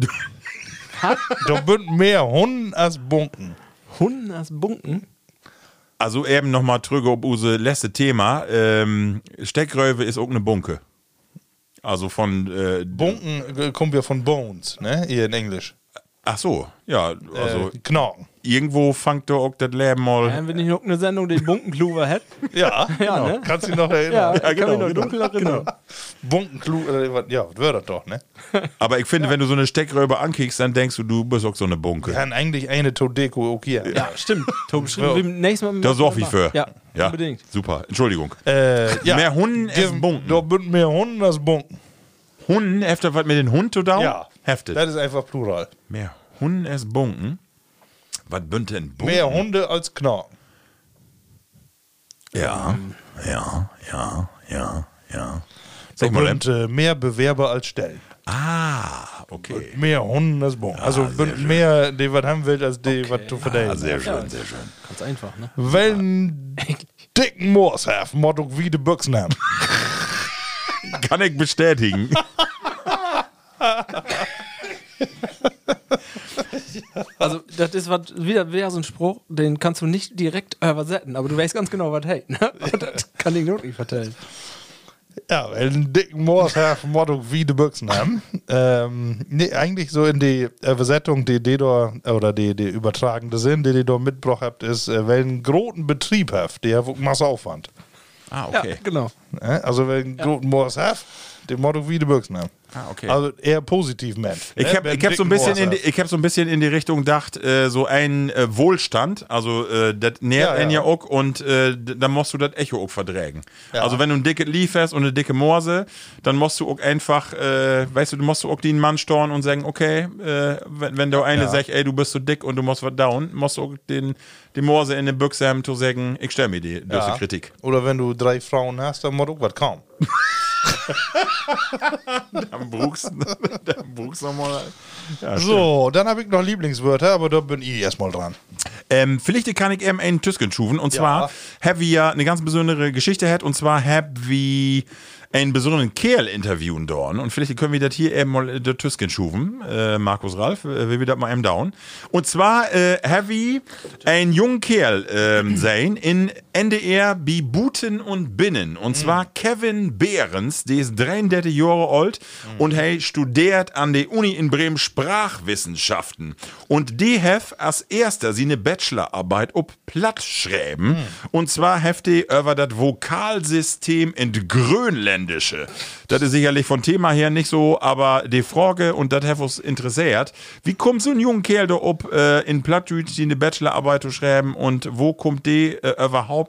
Da bünd mehr Hunden als Bunken. Hunden als Bunken? Also eben nochmal zurück auf unser letzte Thema. Steckröwe ist auch eine Bunke. Also von Bunken kommt ja von Bones, ne? Hier in Englisch. Ach so, ja, also Knochen. irgendwo fängt doch auch das Leben mal. Ja, wenn ich noch eine Sendung den Bunkenkluwer hätte. Ja, genau. ne? Kannst du dich noch erinnern? Ja, kann mich noch dunkel erinnern. Bunkenklu, ja, was wird das doch, ne? Aber ich finde, wenn du so eine Steckröbe ankickst, dann denkst du bist auch so eine Bunke. Wir haben eigentlich eine Todeko auch hier. Ja, stimmt. Tobi, nächstes Mal. Da sorg ich für. Ja, Ja, unbedingt. super. Entschuldigung. Ja. Mehr Hunden als Bunken. Da sind mehr Hunden als Bunken. Hunden, heftet was mit den Hund zu down? Ja. Heftet. Das ist einfach Plural. Mehr Hunden als Bunken. Was bünd denn Bunken? Mehr Hunde als Knochen. Ja. Da Sag mal, sind mehr Bewerber als Stellen. okay. Mehr Hunden als Bunken. Also mehr, die was haben will, als die was zu verteilen. Sehr schön, sehr schön. Ganz einfach, ne? Wenn dicken Moors haben, muss auch wie die Büchsen haben. Kann ich bestätigen. Also, das ist was, wieder so ein Spruch, den kannst du nicht direkt übersetzen, aber du weißt ganz genau, was hey, ne? Das kann ich nur nicht vertellen. Ja, weil einen dicken Moors haben, muss auch wie die Büchsen haben. Nee, eigentlich so in die Übersetzung, die da, oder die übertragende Sinn, die da mitgebracht habt, ist, weil einen großen Betrieb habt, der hat Masse Aufwand. Okay. Ja, genau. Also, wenn einen großen Moors habt, den muss auch wie die Büchsen haben. Okay. Also eher positiv, man. Ich hab so ein bisschen in die Richtung gedacht, so ein Wohlstand, also das nährt einen ja auch und dann musst du das Echo auch verdrägen. Ja. Also wenn du ein dickes Lief hast und eine dicke Morse, dann musst du auch einfach, weißt du musst du auch den Mann storn und sagen, okay, wenn du eine sagst, ey, du bist so dick und du musst was down, musst du auch den Morse in den Büchse haben, zu sagen, ich stell mir die Kritik. Oder wenn du 3 Frauen hast, dann muss auch was kaum. Dann buchst nochmal. Ja, so, dann habe ich noch Lieblingswörter, aber da bin ich erstmal dran. Vielleicht kann ich eben einen Tüsken schufen. Und zwar haben wir ja eine ganz besondere Geschichte gehabt. Und zwar haben wir einen besonderen Kerl interviewen dort. Und vielleicht können wir das hier eben mal der Tüsken schufen. Markus Ralf, will wir das mal eben down. Und zwar haben wir einen jungen Kerl sein in NDR bei Buten und Binnen. Und zwar Kevin Behrens, der ist 33 Jahre alt und er studiert an der Uni in Bremen Sprachwissenschaften. Und die hat als erster seine Bachelorarbeit auf Platt schreiben. Und zwar hat die über das Vokalsystem in Grönländische. Das ist sicherlich von Thema her nicht so, aber die Frage, und das hat uns interessiert, wie kommt so ein junger Kerl da ob in Plattdeutsch eine Bachelorarbeit zu schreiben und wo kommt die überhaupt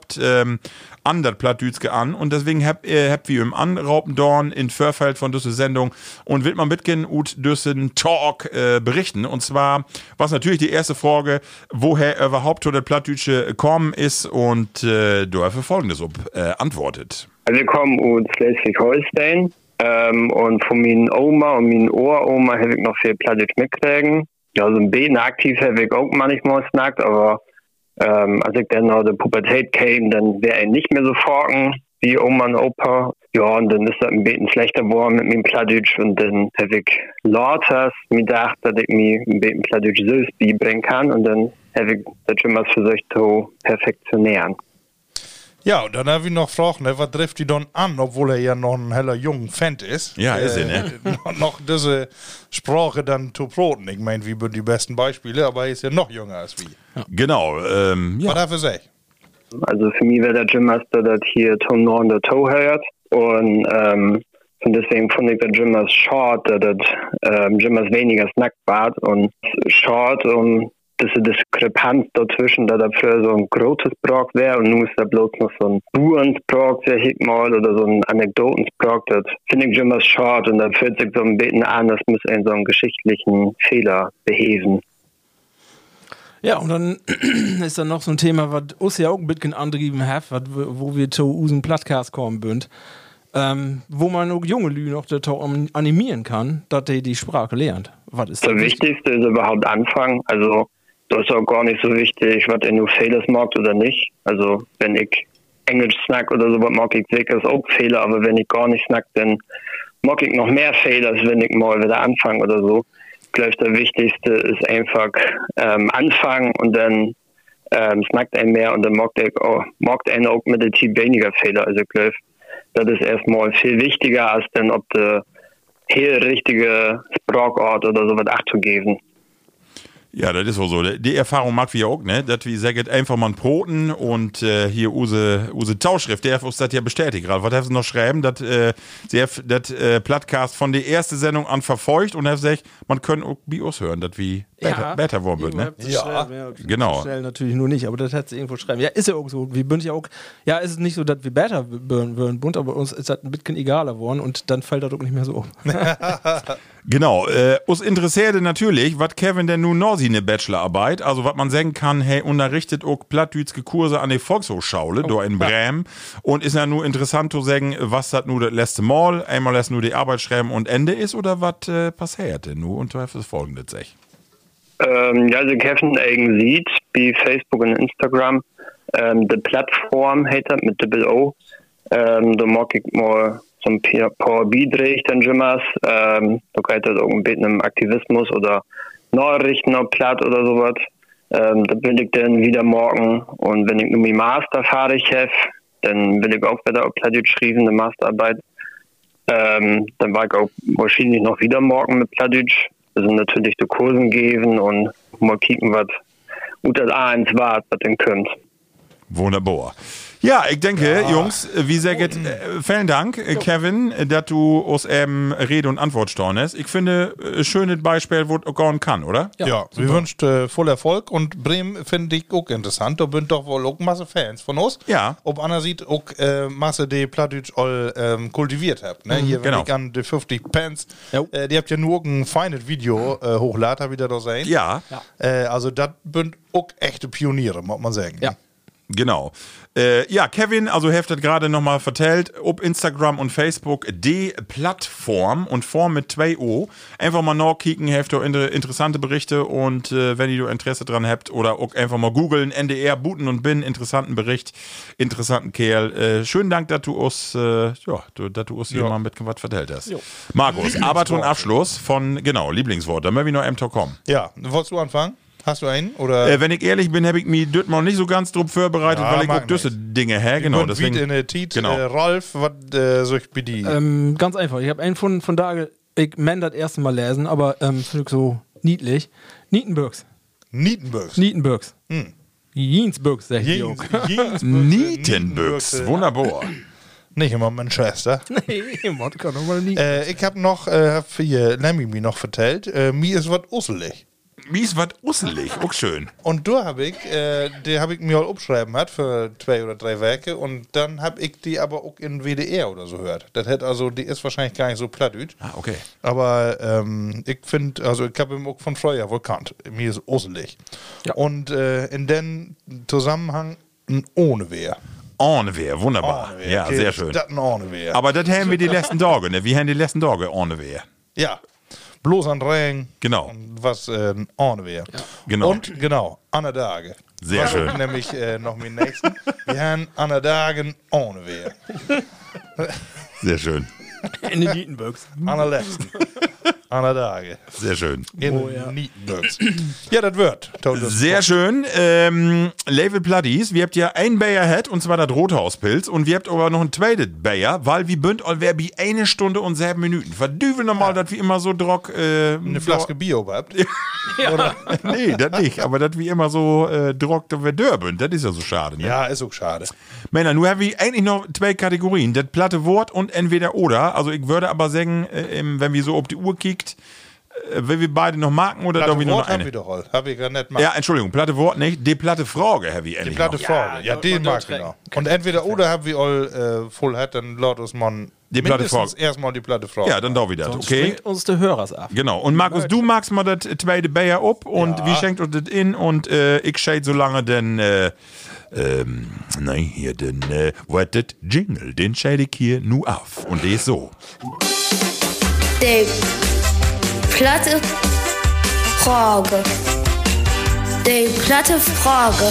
an das Plattdeutsch an? Und deswegen habt wir im Anraupen dorn in Förfeld von dieser Sendung und will man mitgehen und diesen Talk berichten. Und zwar was natürlich die erste Frage, woher überhaupt das Plattdeutsche kommen ist und du hast folgendes antwortet. Also wir kommen aus Schleswig-Holstein und von meinen Oma und meinen Uroma habe ich noch viel Plattdeutsch mitkriegen. Ja, so ein bisschen aktiv habe ich auch manchmal snackt, aber als ich dann nach der Pubertät kam, dann wäre ich nicht mehr so forken wie Oma und Opa. Ja, und dann ist das ein bisschen schlechter geworden mit meinem Plattdeutsch und dann habe ich lauter mir gedacht, dass ich mir ein bisschen Plattdeutsch selbst beibringen kann und dann habe ich das schon mal versucht zu perfektionieren. Ja, und dann habe ich noch gefragt, ne, was trifft die dann an, obwohl er ja noch ein heller junger Fan ist. Ja, ist er, ne? Noch diese Sprache dann zu proten. Ich meine, wie sind die besten Beispiele, aber er ist ja noch jünger als wir. Ja. Genau, ja. Was darf er sagen? Also für mich wäre der Gym Master, das hier Tom Norden der Toe hört und deswegen fand ich der Gym Master short, dass Gym Master weniger Snackbart und short diese Diskrepanz dazwischen, da dafür so ein großes Brok wäre und nun ist da bloß noch so ein Buhrensbrok, sag ich mal, oder so ein Anekdotensbrok, das finde ich immer short und da fühlt sich so ein bisschen an, das muss einen so einen geschichtlichen Fehler beheben. Ja, und dann ist da noch so ein Thema, was uns ja auch ein bisschen angetrieben hat, wo wir zu unseren Podcast kommen bünd, wo man auch junge Lü noch animieren kann, dass die Sprache lernt. Was ist das Wichtigste ist überhaupt anfangen, also das ist auch gar nicht so wichtig, was ihr nur Fehler mag oder nicht. Also wenn ich Englisch snack oder so, was mag ich sicher, ist auch Fehler, aber wenn ich gar nicht snack, dann mag ich noch mehr Fehler, als wenn ich mal wieder anfange oder so. Ich glaube, das Wichtigste ist einfach anfangen und dann snackt ein mehr und dann mag einen auch mit der Team weniger Fehler. Also ich glaube, das ist erstmal viel wichtiger, als dann ob der hier richtige Sprachort oder so was Acht zu geben. Ja, das ist wohl so. Die Erfahrung mag wir auch, ne? Dass wir sagen, einfach mal Broten und hier use Tauschschrift, der hat uns das ja bestätigt gerade. Was haben sie noch schreiben? Dass das Podcast von der ersten Sendung an verfolgt und hat gesagt, man kann auch Bios hören, dass wie besser worden wird, ne? Ja, genau. Schnell natürlich nur nicht, aber das hat sie irgendwo schreiben. Ja, ist ja auch so. Wir bünd ja auch, ja, ist es nicht so, dass wir besser würden, bunt, aber uns ist das ein bisschen egaler geworden und dann fällt das auch nicht mehr so auf. Genau, uns interessierte natürlich, was Kevin denn nun noch sie eine Bachelorarbeit, also was man sagen kann, hey, unterrichtet auch plattdütske Kurse an der Volkshochschule, da in Bremen, und ist ja nur interessant zu sagen, was das nur das letzte Mal, einmal lässt nur die Arbeit schreiben und Ende ist, oder was passiert denn nur, und das ist folgendes, sag. Ja, also Kevin eigen sieht, bei Facebook und Instagram, die Plattform heißt das mit Double O, da mag ich mal so ein paar Beiträge dann jimmers, da geht das auch ein bisschen um Aktivismus oder Nachrichten auf Platt oder sowas. Da will ich dann wieder morgen, und wenn ich nur mein Master fertig habe, dann will ich auch wieder auf Platt geschrieben, eine Masterarbeit. Dann war ich auch wahrscheinlich noch wieder morgen mit Plattdeutsch. Also natürlich die Kursen geben und mal kicken, was gut das A1 war, was denn kommt. Wunderbar. Ja, ich denke, Jungs, wie sehr geht, vielen Dank, Kevin, dass du uns eben Rede und Antwort stornest. Ich finde, ein schönes Beispiel, wo es gehen kann, oder? Ja, wir wünschen voll Erfolg, und Bremen finde ich auch interessant. Da sind doch wohl auch Masse Fans von uns. Ja. Ob Anna sieht, auch Masse die Plattdeutsch all kultiviert habt. Ne? Hier, wenn ich an die 50 Pants, die habt ja nur ein feines Video hochladen, hab ich da doch sehen. Ja. Also das sind auch echte Pioniere, muss man sagen. Ja. Genau. Ja, Kevin, also heftet gerade nochmal vertellt, ob Instagram und Facebook die Plattform und Form mit 2 O. Einfach mal nachkicken, heftet interessante Berichte, und wenn ihr Interesse dran habt, oder auch einfach mal googeln, NDR, Buten und Bin, interessanten Bericht, interessanten Kerl. Schönen Dank, dass du uns, hier mal mit was vertellt hast. Jo. Markus, Arbeit und Abschluss von, genau, Lieblingswort, da möchten wir noch M-Talk kommen. Ja, wolltest du anfangen? Hast du einen? Oder? Wenn ich ehrlich bin, habe ich mich dort mal nicht so ganz drauf vorbereitet, weil ich auch diese Dinge her. Genau, deswegen. In der Tit, Ralf, was soll ich bedienen? Ganz einfach. Ich habe einen von da, ich mein das erste Mal lesen, aber finde ich so niedlich. Nietenbürgs. Jensburgs, sag ich auch. Nietenbürgs, wunderbar. Nicht immer meine Schwester. Nee, man kann doch mal nie. Ich habe noch, für Lemmy mir noch vertellt, mir ist was usselig. Mir ist was usselig, auch schön. Und da habe ich, die habe ich mir auch abschreiben hat für 2 oder 3 Werke, und dann habe ich die aber auch in WDR oder so gehört. Das hat also, die ist wahrscheinlich gar nicht so plattdütsch. Ah, okay. Aber ich finde, also ich habe ihn auch von früher wohl kannt. Mir ist usselig. Ja. Und in den Zusammenhang ohne Wehr. Ohne Wehr, wunderbar. Ohne Wehr. Ja, okay, sehr schön. Das ein ohne Wehr. Aber das haben wir die letzten Tage, ne? Wir haben die letzten Tage ohne Wehr. Ja. Bloß an Regen. Genau. Und was ohne Wehr. Ja. Genau. Und genau, an der Tage. Sehr schön. Nämlich noch mit nächsten. Wir haben an der Tagen ohne Wehr. Sehr schön. In den Nietenbürgs. An der letzten. An der Tage. Sehr schön. In Nietenbürgs. Ja, das wird. Sehr schön. Level Platties, wir habt ja ein Bayer Head, und zwar das Rothauspilz, und wir habt aber noch ein zweites Bayer, weil wir bünd all wie 1 Stunde und 7 Minuten. Verdüvel nochmal, dass wir immer so Drock. Eine Flaske Bio habt. Ja. Oder? Nee, das nicht. Aber dass wir immer so Drock, dass wir dörbünd, das ist ja so schade. Ne? Ja, ist auch schade. Männer, nun haben wir eigentlich noch 2 Kategorien. Das platte Wort und entweder oder. Also ich würde aber sagen, wenn wir so auf die Uhr kicken, will wir beide noch marken, oder darf ich nur noch eine? Hab ich gar nicht machen. Ja, Entschuldigung, platte Wort nicht, die platte Frage habe ich endlich. Die platte Frage, ja, den mag ich noch. Und entweder oder haben wir all voll hat, dann laut uns man die platte Frage. Erstmal die platte Frage. Ja, dann darf ich das, okay? Uns die Hörers ab. Genau, und Markus, du magst mal das zweite Bayer ab, und wie schenkt uns das in, und ich shade so lange den, nein, hier den, was das Jingle, den shade ich hier nur auf, und der ist so. Die platte Frage. Die platte Frage.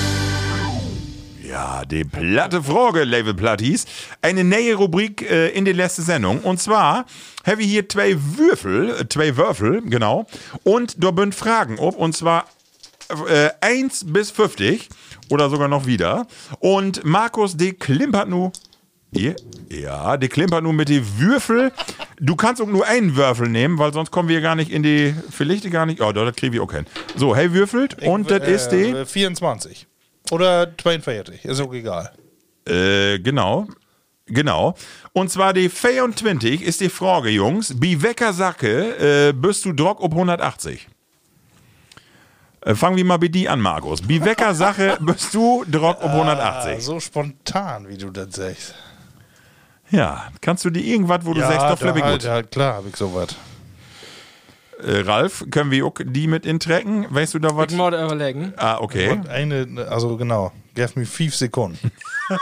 Ja, die platte Frage, Level Platties. Eine neue Rubrik in der letzten Sendung. Und zwar habe ich hier 2 Würfel, genau. Und da sind Fragen ob, und zwar 1 bis 50 oder sogar noch wieder. Und Markus, die klimpert nu. Ja, die klimpert nun mit den Würfel Du kannst auch nur einen Würfel nehmen, weil sonst kommen wir gar nicht in die Pflichte gar nicht. Oh, das kriege ich auch hin. So, hey, würfelt und das ist die 24. Oder 42, ist auch egal. Genau. Und zwar die 24 ist die Frage, Jungs. Wie wecker Sacke bist du Drock ob 180? Fangen wir mal bei die an, Markus. Wie wecker Sache bist du Drock ob 180? So spontan, wie du das sagst. Ja, kannst du dir irgendwas, wo du sagst, doch flippe gut? Ja, klar, habe ich sowas. Ralf, können wir auch die mit intrecken? Weißt du da was? Ich muss überlegen. Ah, okay. Also genau, gib mir 5 Sekunden.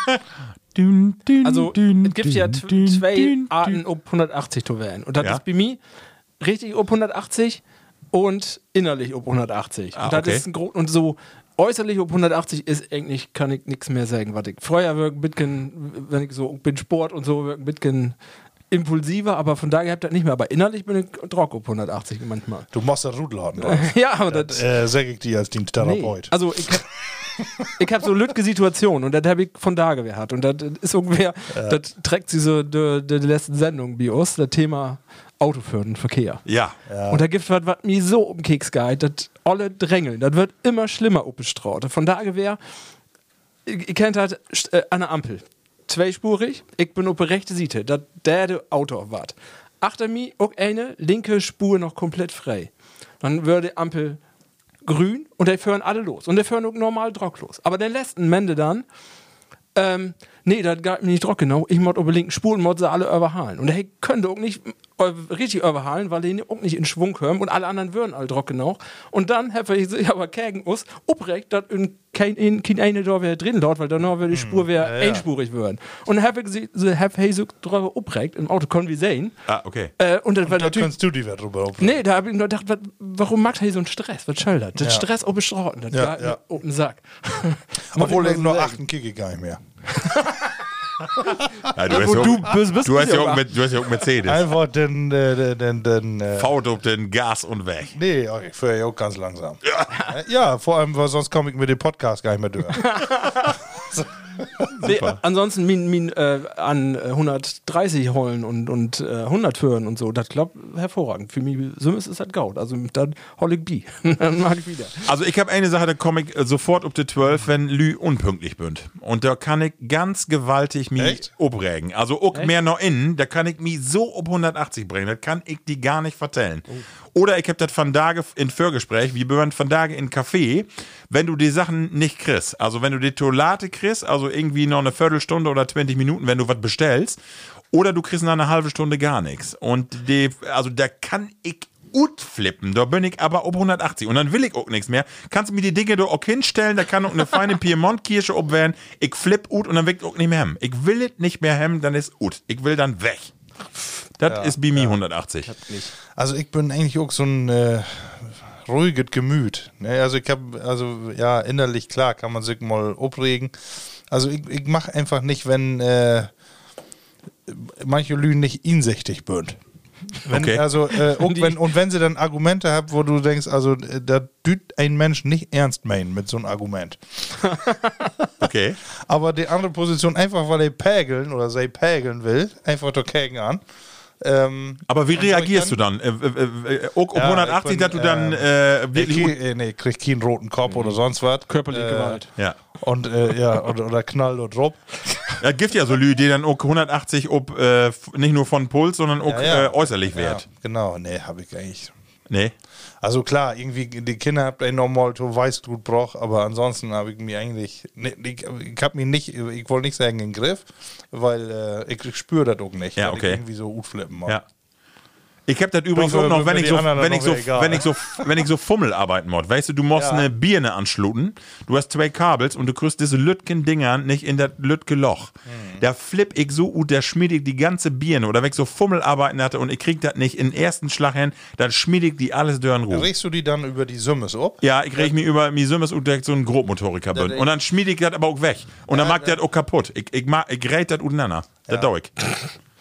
Also, es gibt ja zwei Arten, ob 180 zu wählen. Und das ist bei mir richtig ob 180 und innerlich ob 180. Und das ist ein und so äußerlich ob 180 ist eigentlich, kann ich nichts mehr sagen, was ich. Früher wird ein bisschen, wenn ich so bin Sport und so, wird ein bisschen impulsiver, aber von daher habt ihr das nicht mehr. Aber innerlich bin ich Drock ob 180 manchmal. Du machst das Rudel haben. Ja, aber das sag ich dir als Diensttherapeut. Nee. Also ich hab so lütge Situationen und das habe ich von da gehabt. Und das ist irgendwer, das trägt sie so die letzten Sendung bei uns, das Thema Autoführen und Verkehr. Ja. Und da gibt es was mir so um den Keks geht, das alle drängeln, das wird immer schlimmer abgestraut. Von daher wäre, ihr kennt halt eine Ampel. Zweispurig, ich bin auf der rechten Seite, das der Auto wart. Achter mir auch eine linke Spur noch komplett frei. Dann würde die Ampel grün und die fahren alle los. Und die fahren auch normal Drock los. Aber der letzten Mende dann, nee, das geht mir nicht Drock genau. Ich muss auf der linken Spur und muss sie alle überhalen. Und der könnte auch nicht richtig überhalen, weil die auch nicht in Schwung hören und alle anderen würden alle Drock genau. Und dann habe ich sich aber gegen uns upreckt, dass kein eine da wäre drin dort, weil dann noch die Spur wäre einspurig würden. Und dann habe ich so drüber upreckt, im Auto können wir sehen. Ah, okay. Und das war natürlich, kannst du die drüber upreckt. Nee, da habe ich nur gedacht, warum macht er so einen Stress? Was soll das? Das Stress auf bestrauten, das geht mir auf den Sack. Obwohl ich nur 8 Kicke gar nicht mehr. Ja, du hast ja auch mit Mercedes. Einfach den Faut auf den Gas und weg. Nee, ich fahre ja auch ganz langsam. Ja, vor allem, weil sonst komme ich mit dem Podcast gar nicht mehr durch. Nee, ansonsten an 130 holen und 100 führen und so, das klappt hervorragend. Für mich ist das Gaut. Also dann hol ich bi. Dann mag ich wieder. Also ich habe eine Sache, da komme ich sofort auf die 12, wenn Lü unpünktlich bin. Und da kann ich ganz gewaltig mich obregen. Also auch mehr noch innen, da kann ich mich so auf 180 bringen. Das kann ich die gar nicht vertellen. Oder ich habe das von Tage in Vorgespräch, wir hören von Tage in Café, wenn du die Sachen nicht kriegst. Also wenn du die Toilette kriegst, also irgendwie noch eine Viertelstunde oder 20 Minuten, wenn du was bestellst, oder du kriegst nach eine halbe Stunde gar nichts. Und also da kann ich gut flippen, da bin ich aber ob 180 und dann will ich auch nichts mehr. Kannst du mir die Dinge da auch hinstellen, da kann auch eine feine Piemont-Kirsche obwerden, ich flipp gut und dann will ich auch nicht mehr hem. Ich will es nicht mehr hem, dann ist gut. Ich will dann weg. Das ist bei mir 180. Also ich bin eigentlich auch so ein ruhiges Gemüt. Ne? Also innerlich klar kann man sich mal aufregen. Also ich mache einfach nicht, wenn manche Lügen nicht insichtig sind. Wenn sie dann Argumente haben, wo du denkst, also da düht ein Mensch nicht ernst meinen mit so einem Argument. Okay. Aber die andere Position, einfach weil er pägeln oder sie pägeln will, einfach dagegen an. Aber wie reagierst du dann? Auch 180, dass du dann ich krieg keinen roten Kopf oder sonst was. Körperliche Gewalt. Ja. Und oder Knall oder Drop. Es gibt ja so Lü, die dann auch 180 nicht nur von Puls, sondern auch äußerlich wert. Ja, genau, nee, habe ich eigentlich. Nee. Also klar, irgendwie die Kinder habt ihr normal so Weißblut braucht, aber ansonsten habe ich mir eigentlich, ich habe mich nicht, ich wollte nicht sagen in den Griff, weil ich spüre das auch nicht. Ja, okay. Ich irgendwie so flippen muss. Ja. Ich hab das übrigens auch noch, wenn ich so Fummel arbeiten muss. Weißt du musst eine Birne anschluten, du hast 2 Kabels und du kriegst diese Lütgen-Dinger nicht in das Lütge-Loch. Da flipp ich so und da schmied ich die ganze Birne. Oder wenn ich so Fummel arbeiten hatte und ich krieg das nicht in den ersten Schlag hin, dann schmied ich die alles durch den Ruf. Regst du die dann über die Sümmes ab? Ja, ich reg mich über die Sümmes und direkt so ein Grobmotoriker bin. Und dann schmied ich das aber auch weg. Und dann mag das auch kaputt. Ich red das untereinander. Das dauert.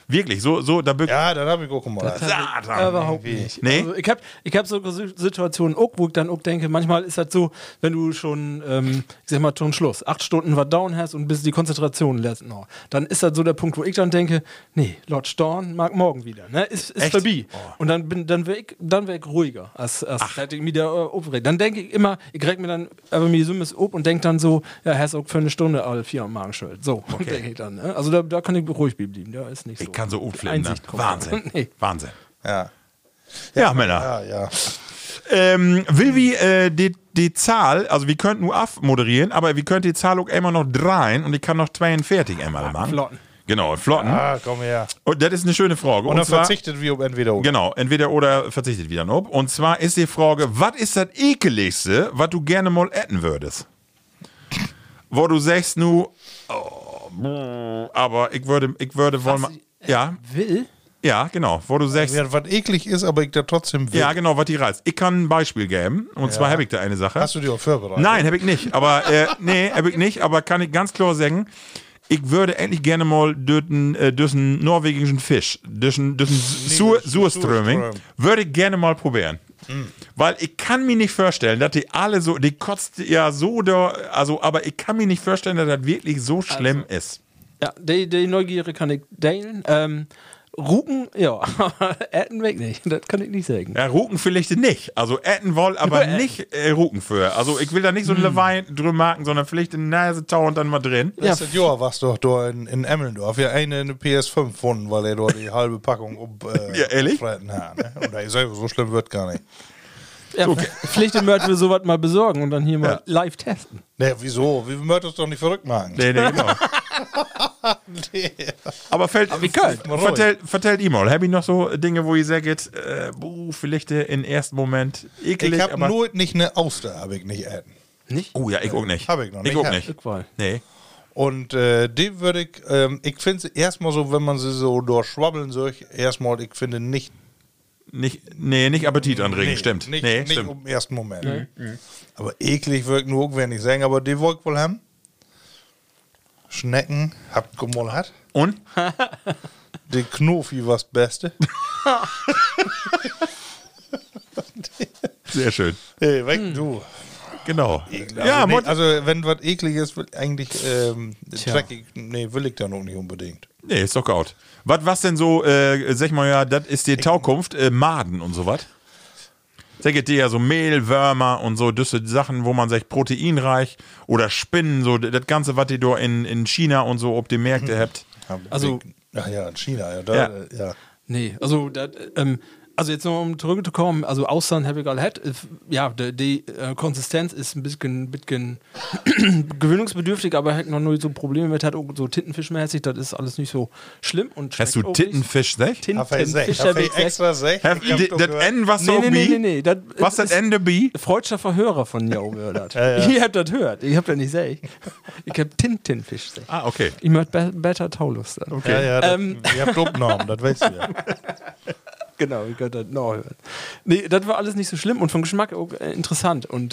Wirklich, so, da Ja, das habe ich auch mal. Überhaupt nicht. Nee? Also ich hab so Situationen auch, wo ich dann auch denke, manchmal ist das so, wenn du schon, ich sag mal, schon Schluss, 8 Stunden was down hast und bis die Konzentration lässt noch, dann ist das so der Punkt, wo ich dann denke, nee, Lord Storn mag morgen wieder, ne? Ist vorbei. Und dann wär ich ruhiger, als hätte ich mich da aufgeregt. Dann denke ich immer, ich reg mir dann aber mir so ein bisschen auf und denke dann so, ja, hast auch für eine Stunde alle 4 am Magen schuld. So, denke ich dann. Ne? Also da kann ich ruhig bleiben, da ist nicht so. Ich kann so auflippen, ne? Wahnsinn. Nee. Wahnsinn. Ja, Männer. Ja. Will wir die Zahl, also wir könnten nur moderieren, aber wir könnten die Zahl auch immer noch drehen und ich kann noch 42 einmal machen. Flotten. Genau, Flotten. Ah, komm her. Und das ist eine schöne Frage. Und dann zwar, verzichtet wir auf entweder oder. Genau, entweder oder verzichtet wieder ob. Und zwar ist die Frage, was ist das Ekeligste, was du gerne mal essen würdest? Wo du sagst nur, aber ich würde wohl mal. Ja. Will? Ja, genau. Wo du sagst. Ja, was eklig ist, aber ich da trotzdem will. Ja, genau, was die reizt. Ich kann ein Beispiel geben. Und zwar habe ich da eine Sache. Hast du die auch vorbereitet? Nein, habe ich nicht. Aber, habe ich nicht. Aber kann ich ganz klar sagen, ich würde endlich gerne mal diesen norwegischen Fisch, diesen Surströmming, würde ich gerne mal probieren. Weil ich kann mir nicht vorstellen, dass die alle so, die kotzt ja so da, also, aber ich kann mir nicht vorstellen, dass das wirklich so schlimm ist. Ja, die Neugierde kann ich teilen. Ruken, ja, Äten weg nicht, das kann ich nicht sagen. Ja, Ruken vielleicht nicht. Also Äten wohl, aber nicht Ruken für. Also ich will da nicht so ein Lewein drüber machen, sondern vielleicht eine Nase Tau und dann mal drin. Letztes Jahr warst du doch da in Emmendorf, ja eine PS5 gefunden, weil er dort die halbe Packung ja, ehrlich? Freiten hat. Ne? Und er selber so schlimm wird gar nicht. Ja, okay. Vielleicht möchten wir sowas mal besorgen und dann hier mal live testen. Ne, wieso? Wir möchten uns doch nicht verrückt machen. Nee, genau. Aber vertellt ihm mal, habe ich noch so Dinge, wo ihr sagt, vielleicht im ersten Moment eklig. Ich habe nur nicht eine Auster, habe ich nicht essen. Nicht? Oh ja, ich auch nicht. Habe ich noch nicht. Ich auch nicht. Nee. Und die würde ich finde sie erstmal so, wenn man sie so durchschwabbeln soll, erstmal, ich finde nicht Appetit anregen, stimmt. Nicht stimmt. im ersten Moment. Aber eklig wirkt nur, wenn ich sagen, aber die wollte ich wohl haben. Schnecken, habt ihr mal hat. Und? Die Knofi war das Beste. Sehr schön. Hey, weg du. Genau. Also wenn was eklig ist, eigentlich dreckig, will ich da noch nicht unbedingt. Nee, ist doch gut. Was denn so, sag mal ja, das ist die Taukunft, Maden und sowas? Sagt ihr ja so Mehl, Würmer und so, das sind Sachen, wo man sagt, proteinreich oder Spinnen, so das Ganze, was ihr da in China und so ob die Märkte habt. Also, in China, ja. Nee, also also jetzt noch um zurückzukommen, also Ausland habe ich all hat, ja, die Konsistenz ist ein bisschen gewöhnungsbedürftig, aber hat noch nur so Probleme mit, hat auch so Tintenfischmäßig, das ist alles nicht so schlimm. Und hast du Tintenfisch-Sech? Tintenfisch extra Sech? Das N, was so Nee. Was das Ende bi? Freudscher Verhörer von mir gehört. Ihr habt das gehört, ich hab das nicht sech. Ich hab Tintenfisch sech. Ah, okay. Ich möchte Beta Taulus dann. Okay. Ja, ihr habt Umnahmen, das weißt du ja. Genau, ich könnte das noch hören. Nee, das war alles nicht so schlimm und vom Geschmack auch interessant. Und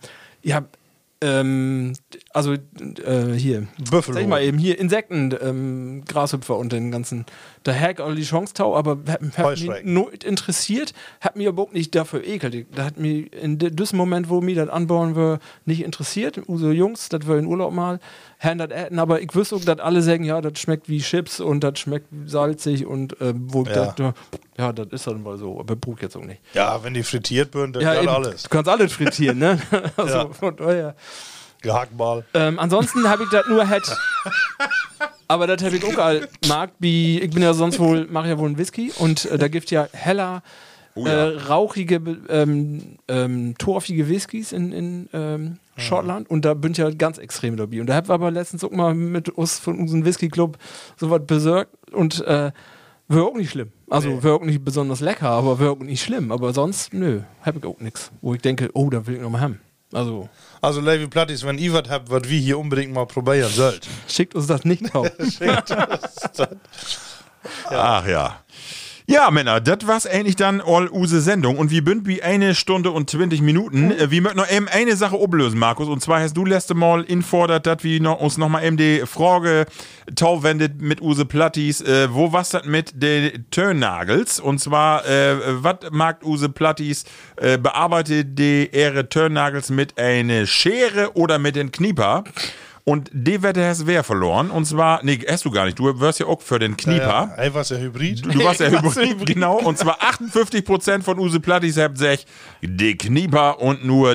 hier, Buffalo. sag ich mal eben, hier Insekten, Grashüpfer und den ganzen, da hat auch die Chance tau, aber hat mich nicht interessiert, hat mich aber auch nicht dafür ekelt. Da hat mich in diesem Moment, wo mir das anbauen war, nicht interessiert. Uso Jungs, das war in Urlaub mal, haben das äten, aber ich wüsste auch, dass alle sagen, ja, das schmeckt wie Chips und das schmeckt salzig und wo ich dachte, ja, das ist dann mal so, aber brauche ich jetzt auch nicht. Ja, wenn die frittiert werden, dann ja, kann alles. Du kannst alles frittieren, ne? Also von daher. Gehackball. Ansonsten habe ich das nur aber das habe ich auch all mag, wie ich bin ja sonst wohl, mache ja wohl einen Whisky und da gibt ja heller, rauchige, torfige Whiskys in Schottland und da bin ich ja ganz extrem dabei. Und da habe ich aber letztens auch mal mit uns von unserem Whisky-Club so was besorgt und wäre auch nicht schlimm. Also wäre auch nicht besonders lecker, aber wäre auch nicht schlimm. Aber sonst, nö, habe ich auch nichts. Wo ich denke, oh, da will ich noch mal haben. Also Levi Plattis, wenn ihr was habt, was wir hier unbedingt mal probieren sollt. Schickt uns das nicht auf. Ach ja. Ja, Männer, das war's eigentlich dann all use Sendung. Und wir sind wie 1 Stunde und 20 Minuten. Wir möchten noch eben eine Sache ablösen, Markus. Und zwar hast du letzte Mal infordert, dass wir uns noch mal eben die Frage tauwendet mit use Plattis. Wo was das mit den Turnnagels? Und zwar, was mag use Plattis? Bearbeitet die ihre Turnnagels mit einer Schere oder mit den Knieper? Und die Wette hast wer verloren. Und zwar, nee, hast du gar nicht. Du wirst ja auch für den Knieper. Ja, warst ja Hybrid. Du warst ja Hybrid, genau. Und zwar 58% von use Plattis habt sich die Knieper und nur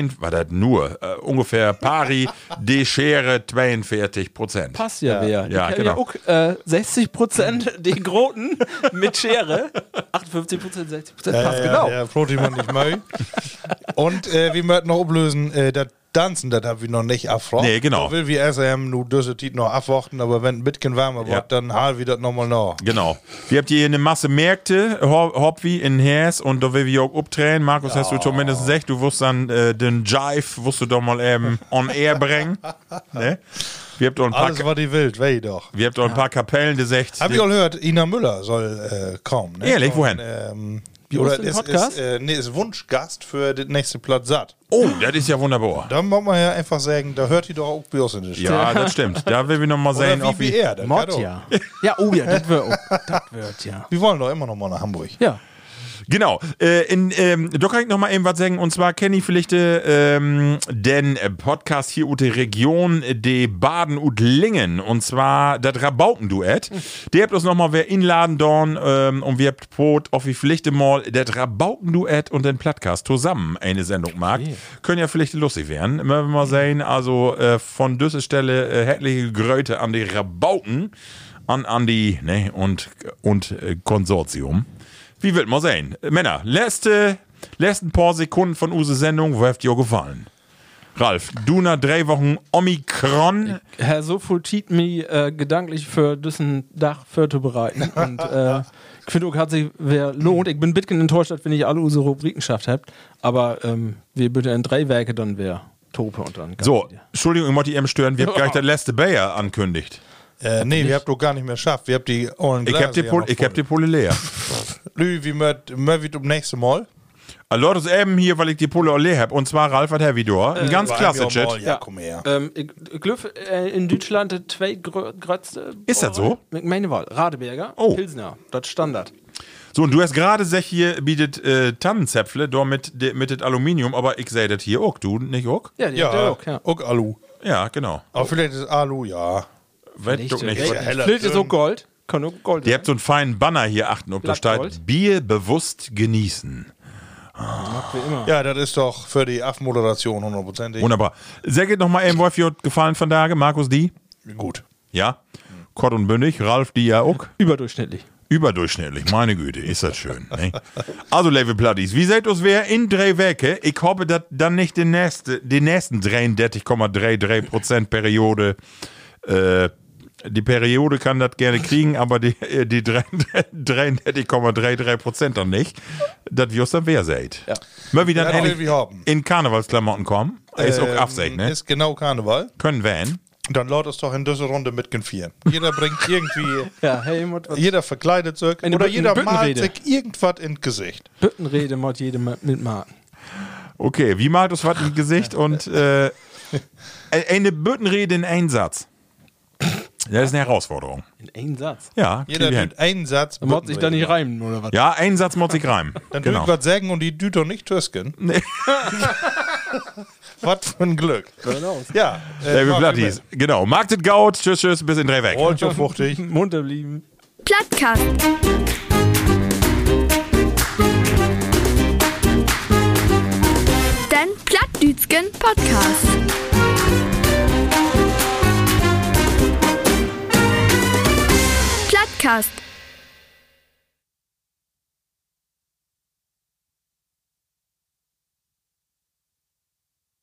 ungefähr pari, die Schere 42%. Passt ja wer. Ja, genau. Ja auch 60% die Groten mit Schere. 58%, 60% passt genau. Ja, Protein nicht mehr. Und wir möchten noch ablösen, das Tanzen, das haben wir noch nicht erfragt. Nee, genau. Da will wir erst nur diese Zeit noch abwarten, aber wenn ein bisschen wärmer wird, dann halten wir das nochmal nach. Genau. Wir habt hier eine Masse Märkte, hab wie in Hers und da will wir auch abdrehen. Markus, hast du zumindest gesagt, du wirst dann den Jive, wirst du doch mal eben on air bringen. Ne? Wir habt auch ein paar Alles, was die will, weh doch. Wir habt auch ein paar Kapellen gesagt. Hab ich auch gehört, Ina Müller soll kommen. Ne? Ehrlich, wohin? Oder ist Wunschgast für den nächsten Platz satt. Oh, das ist ja wunderbar. Dann muss man ja einfach sagen, da hört die doch auch bei uns in der Stadt. Ja, das stimmt. Da will wir noch mal sehen, Oder wie er. Mord, ja. Ja, oh ja, das wird, ja. Wir wollen doch immer noch mal nach Hamburg. Ja. Genau. Da kann ich noch mal eben was sagen. Und zwar kenne ich vielleicht den Podcast hier aus der Region, de Baden und Lingen. Und zwar das Rabaukenduett. Der habt uns noch mal wer inladen dorn und wir habt Brot auf wie Pflichte mal das Rabaukenduett und den Podcast zusammen eine Sendung mag. Können ja vielleicht lustig werden. Wenn wir mal sehen, also von dieser Stelle herzliche Grüße an die Rabauken, an die und Konsortium. Wie wird man sehen? Männer, letzten paar Sekunden von use Sendung, wo habt ihr gefallen? Ralf, du nach 3 Wochen Omikron. Herr, so viel Tiet mir gedanklich für diesen Dach vorzubereiten. Und ich finde auch, hat sich wer lohnt. Ich bin ein bisschen enttäuscht, wenn ich alle unsere Rubriken geschafft habt. Aber wir bitte in 3 Werke dann wer Tope und dann. So, Entschuldigung, ich wollte eben stören. Wir haben gleich der letzte Bayer ankündigt. Nee, wir habt doch gar nicht mehr geschafft. Wir habt die ollen Ich hab die Pulle leer. Lü, wie möcht um nächste Mal? Leute, das eben hier, weil ich die Pulle leer hab. Und zwar Ralf hat Hevidor. Ein ganz klasse Chat. Ja, komm her. Ich glaube, in Deutschland die 2 größte. Ist das so? Meine Wahl. Radeberger, Pilsner. Das Standard. So, und du hast gerade gesagt, hier bietet Tannenzäpfle da mit dem Aluminium, aber ich sehe das hier auch. Du nicht auch? Ja, die auch, ja. Auch Alu. Ja, genau. Aber vielleicht ist Alu, ja. Vielleicht doch nicht. Vielleicht ist auch Gold. Kann auch Gold sein. Ihr habt so einen feinen Banner hier achten, ob da steht Bier bewusst genießen. Ja, das ist doch für die Affenmoderation 100%. Wunderbar. Sehr geht nochmal eben, Wolf, gefallen von Tage. Markus, die? Gut. Ja? Kort und bündig. Ralf, die ja auch? Überdurchschnittlich. Überdurchschnittlich, meine Güte, ist das schön. Ne? Also, liebe Plattis, wie seht uns wer in 3 Wochen? Ich hoffe, dass dann nicht die nächsten 33,33% Periode die Periode kann das gerne kriegen, aber die 33,33% dann nicht. Das wirst dann wer seid. Ja. Mal wieder ja, in Karnevalsklamotten kommen. Ist auch Absicht, ne? Ist genau Karneval. Können wir. Dann laut es doch in dieser Runde mitgenfieren. Jeder bringt irgendwie. Ja, hey, jeder verkleidet sich. Oder jeder malt sich irgendwas ins Gesicht. Büttenrede macht jeder mitmachen. Okay, wie malt es was ins Gesicht und eine Büttenrede in einen Satz. Das ist eine Herausforderung. In einen Satz? Ja, jeder tut einen Satz. Muss sich da nicht reimen, oder was? Ja, einen Satz muss ich reimen. Dann genau. Tut was sagen und die tut doch nicht tüsken. Nee. Was für ein Glück. Ja. Plattis. Genau. Marktet Gaut. Tschüss, tschüss. Bis in 3 Wochen. Rollt fruchtig. Munter blieben. Plattkast. Den Plattdütschen Podcast. Plattkast.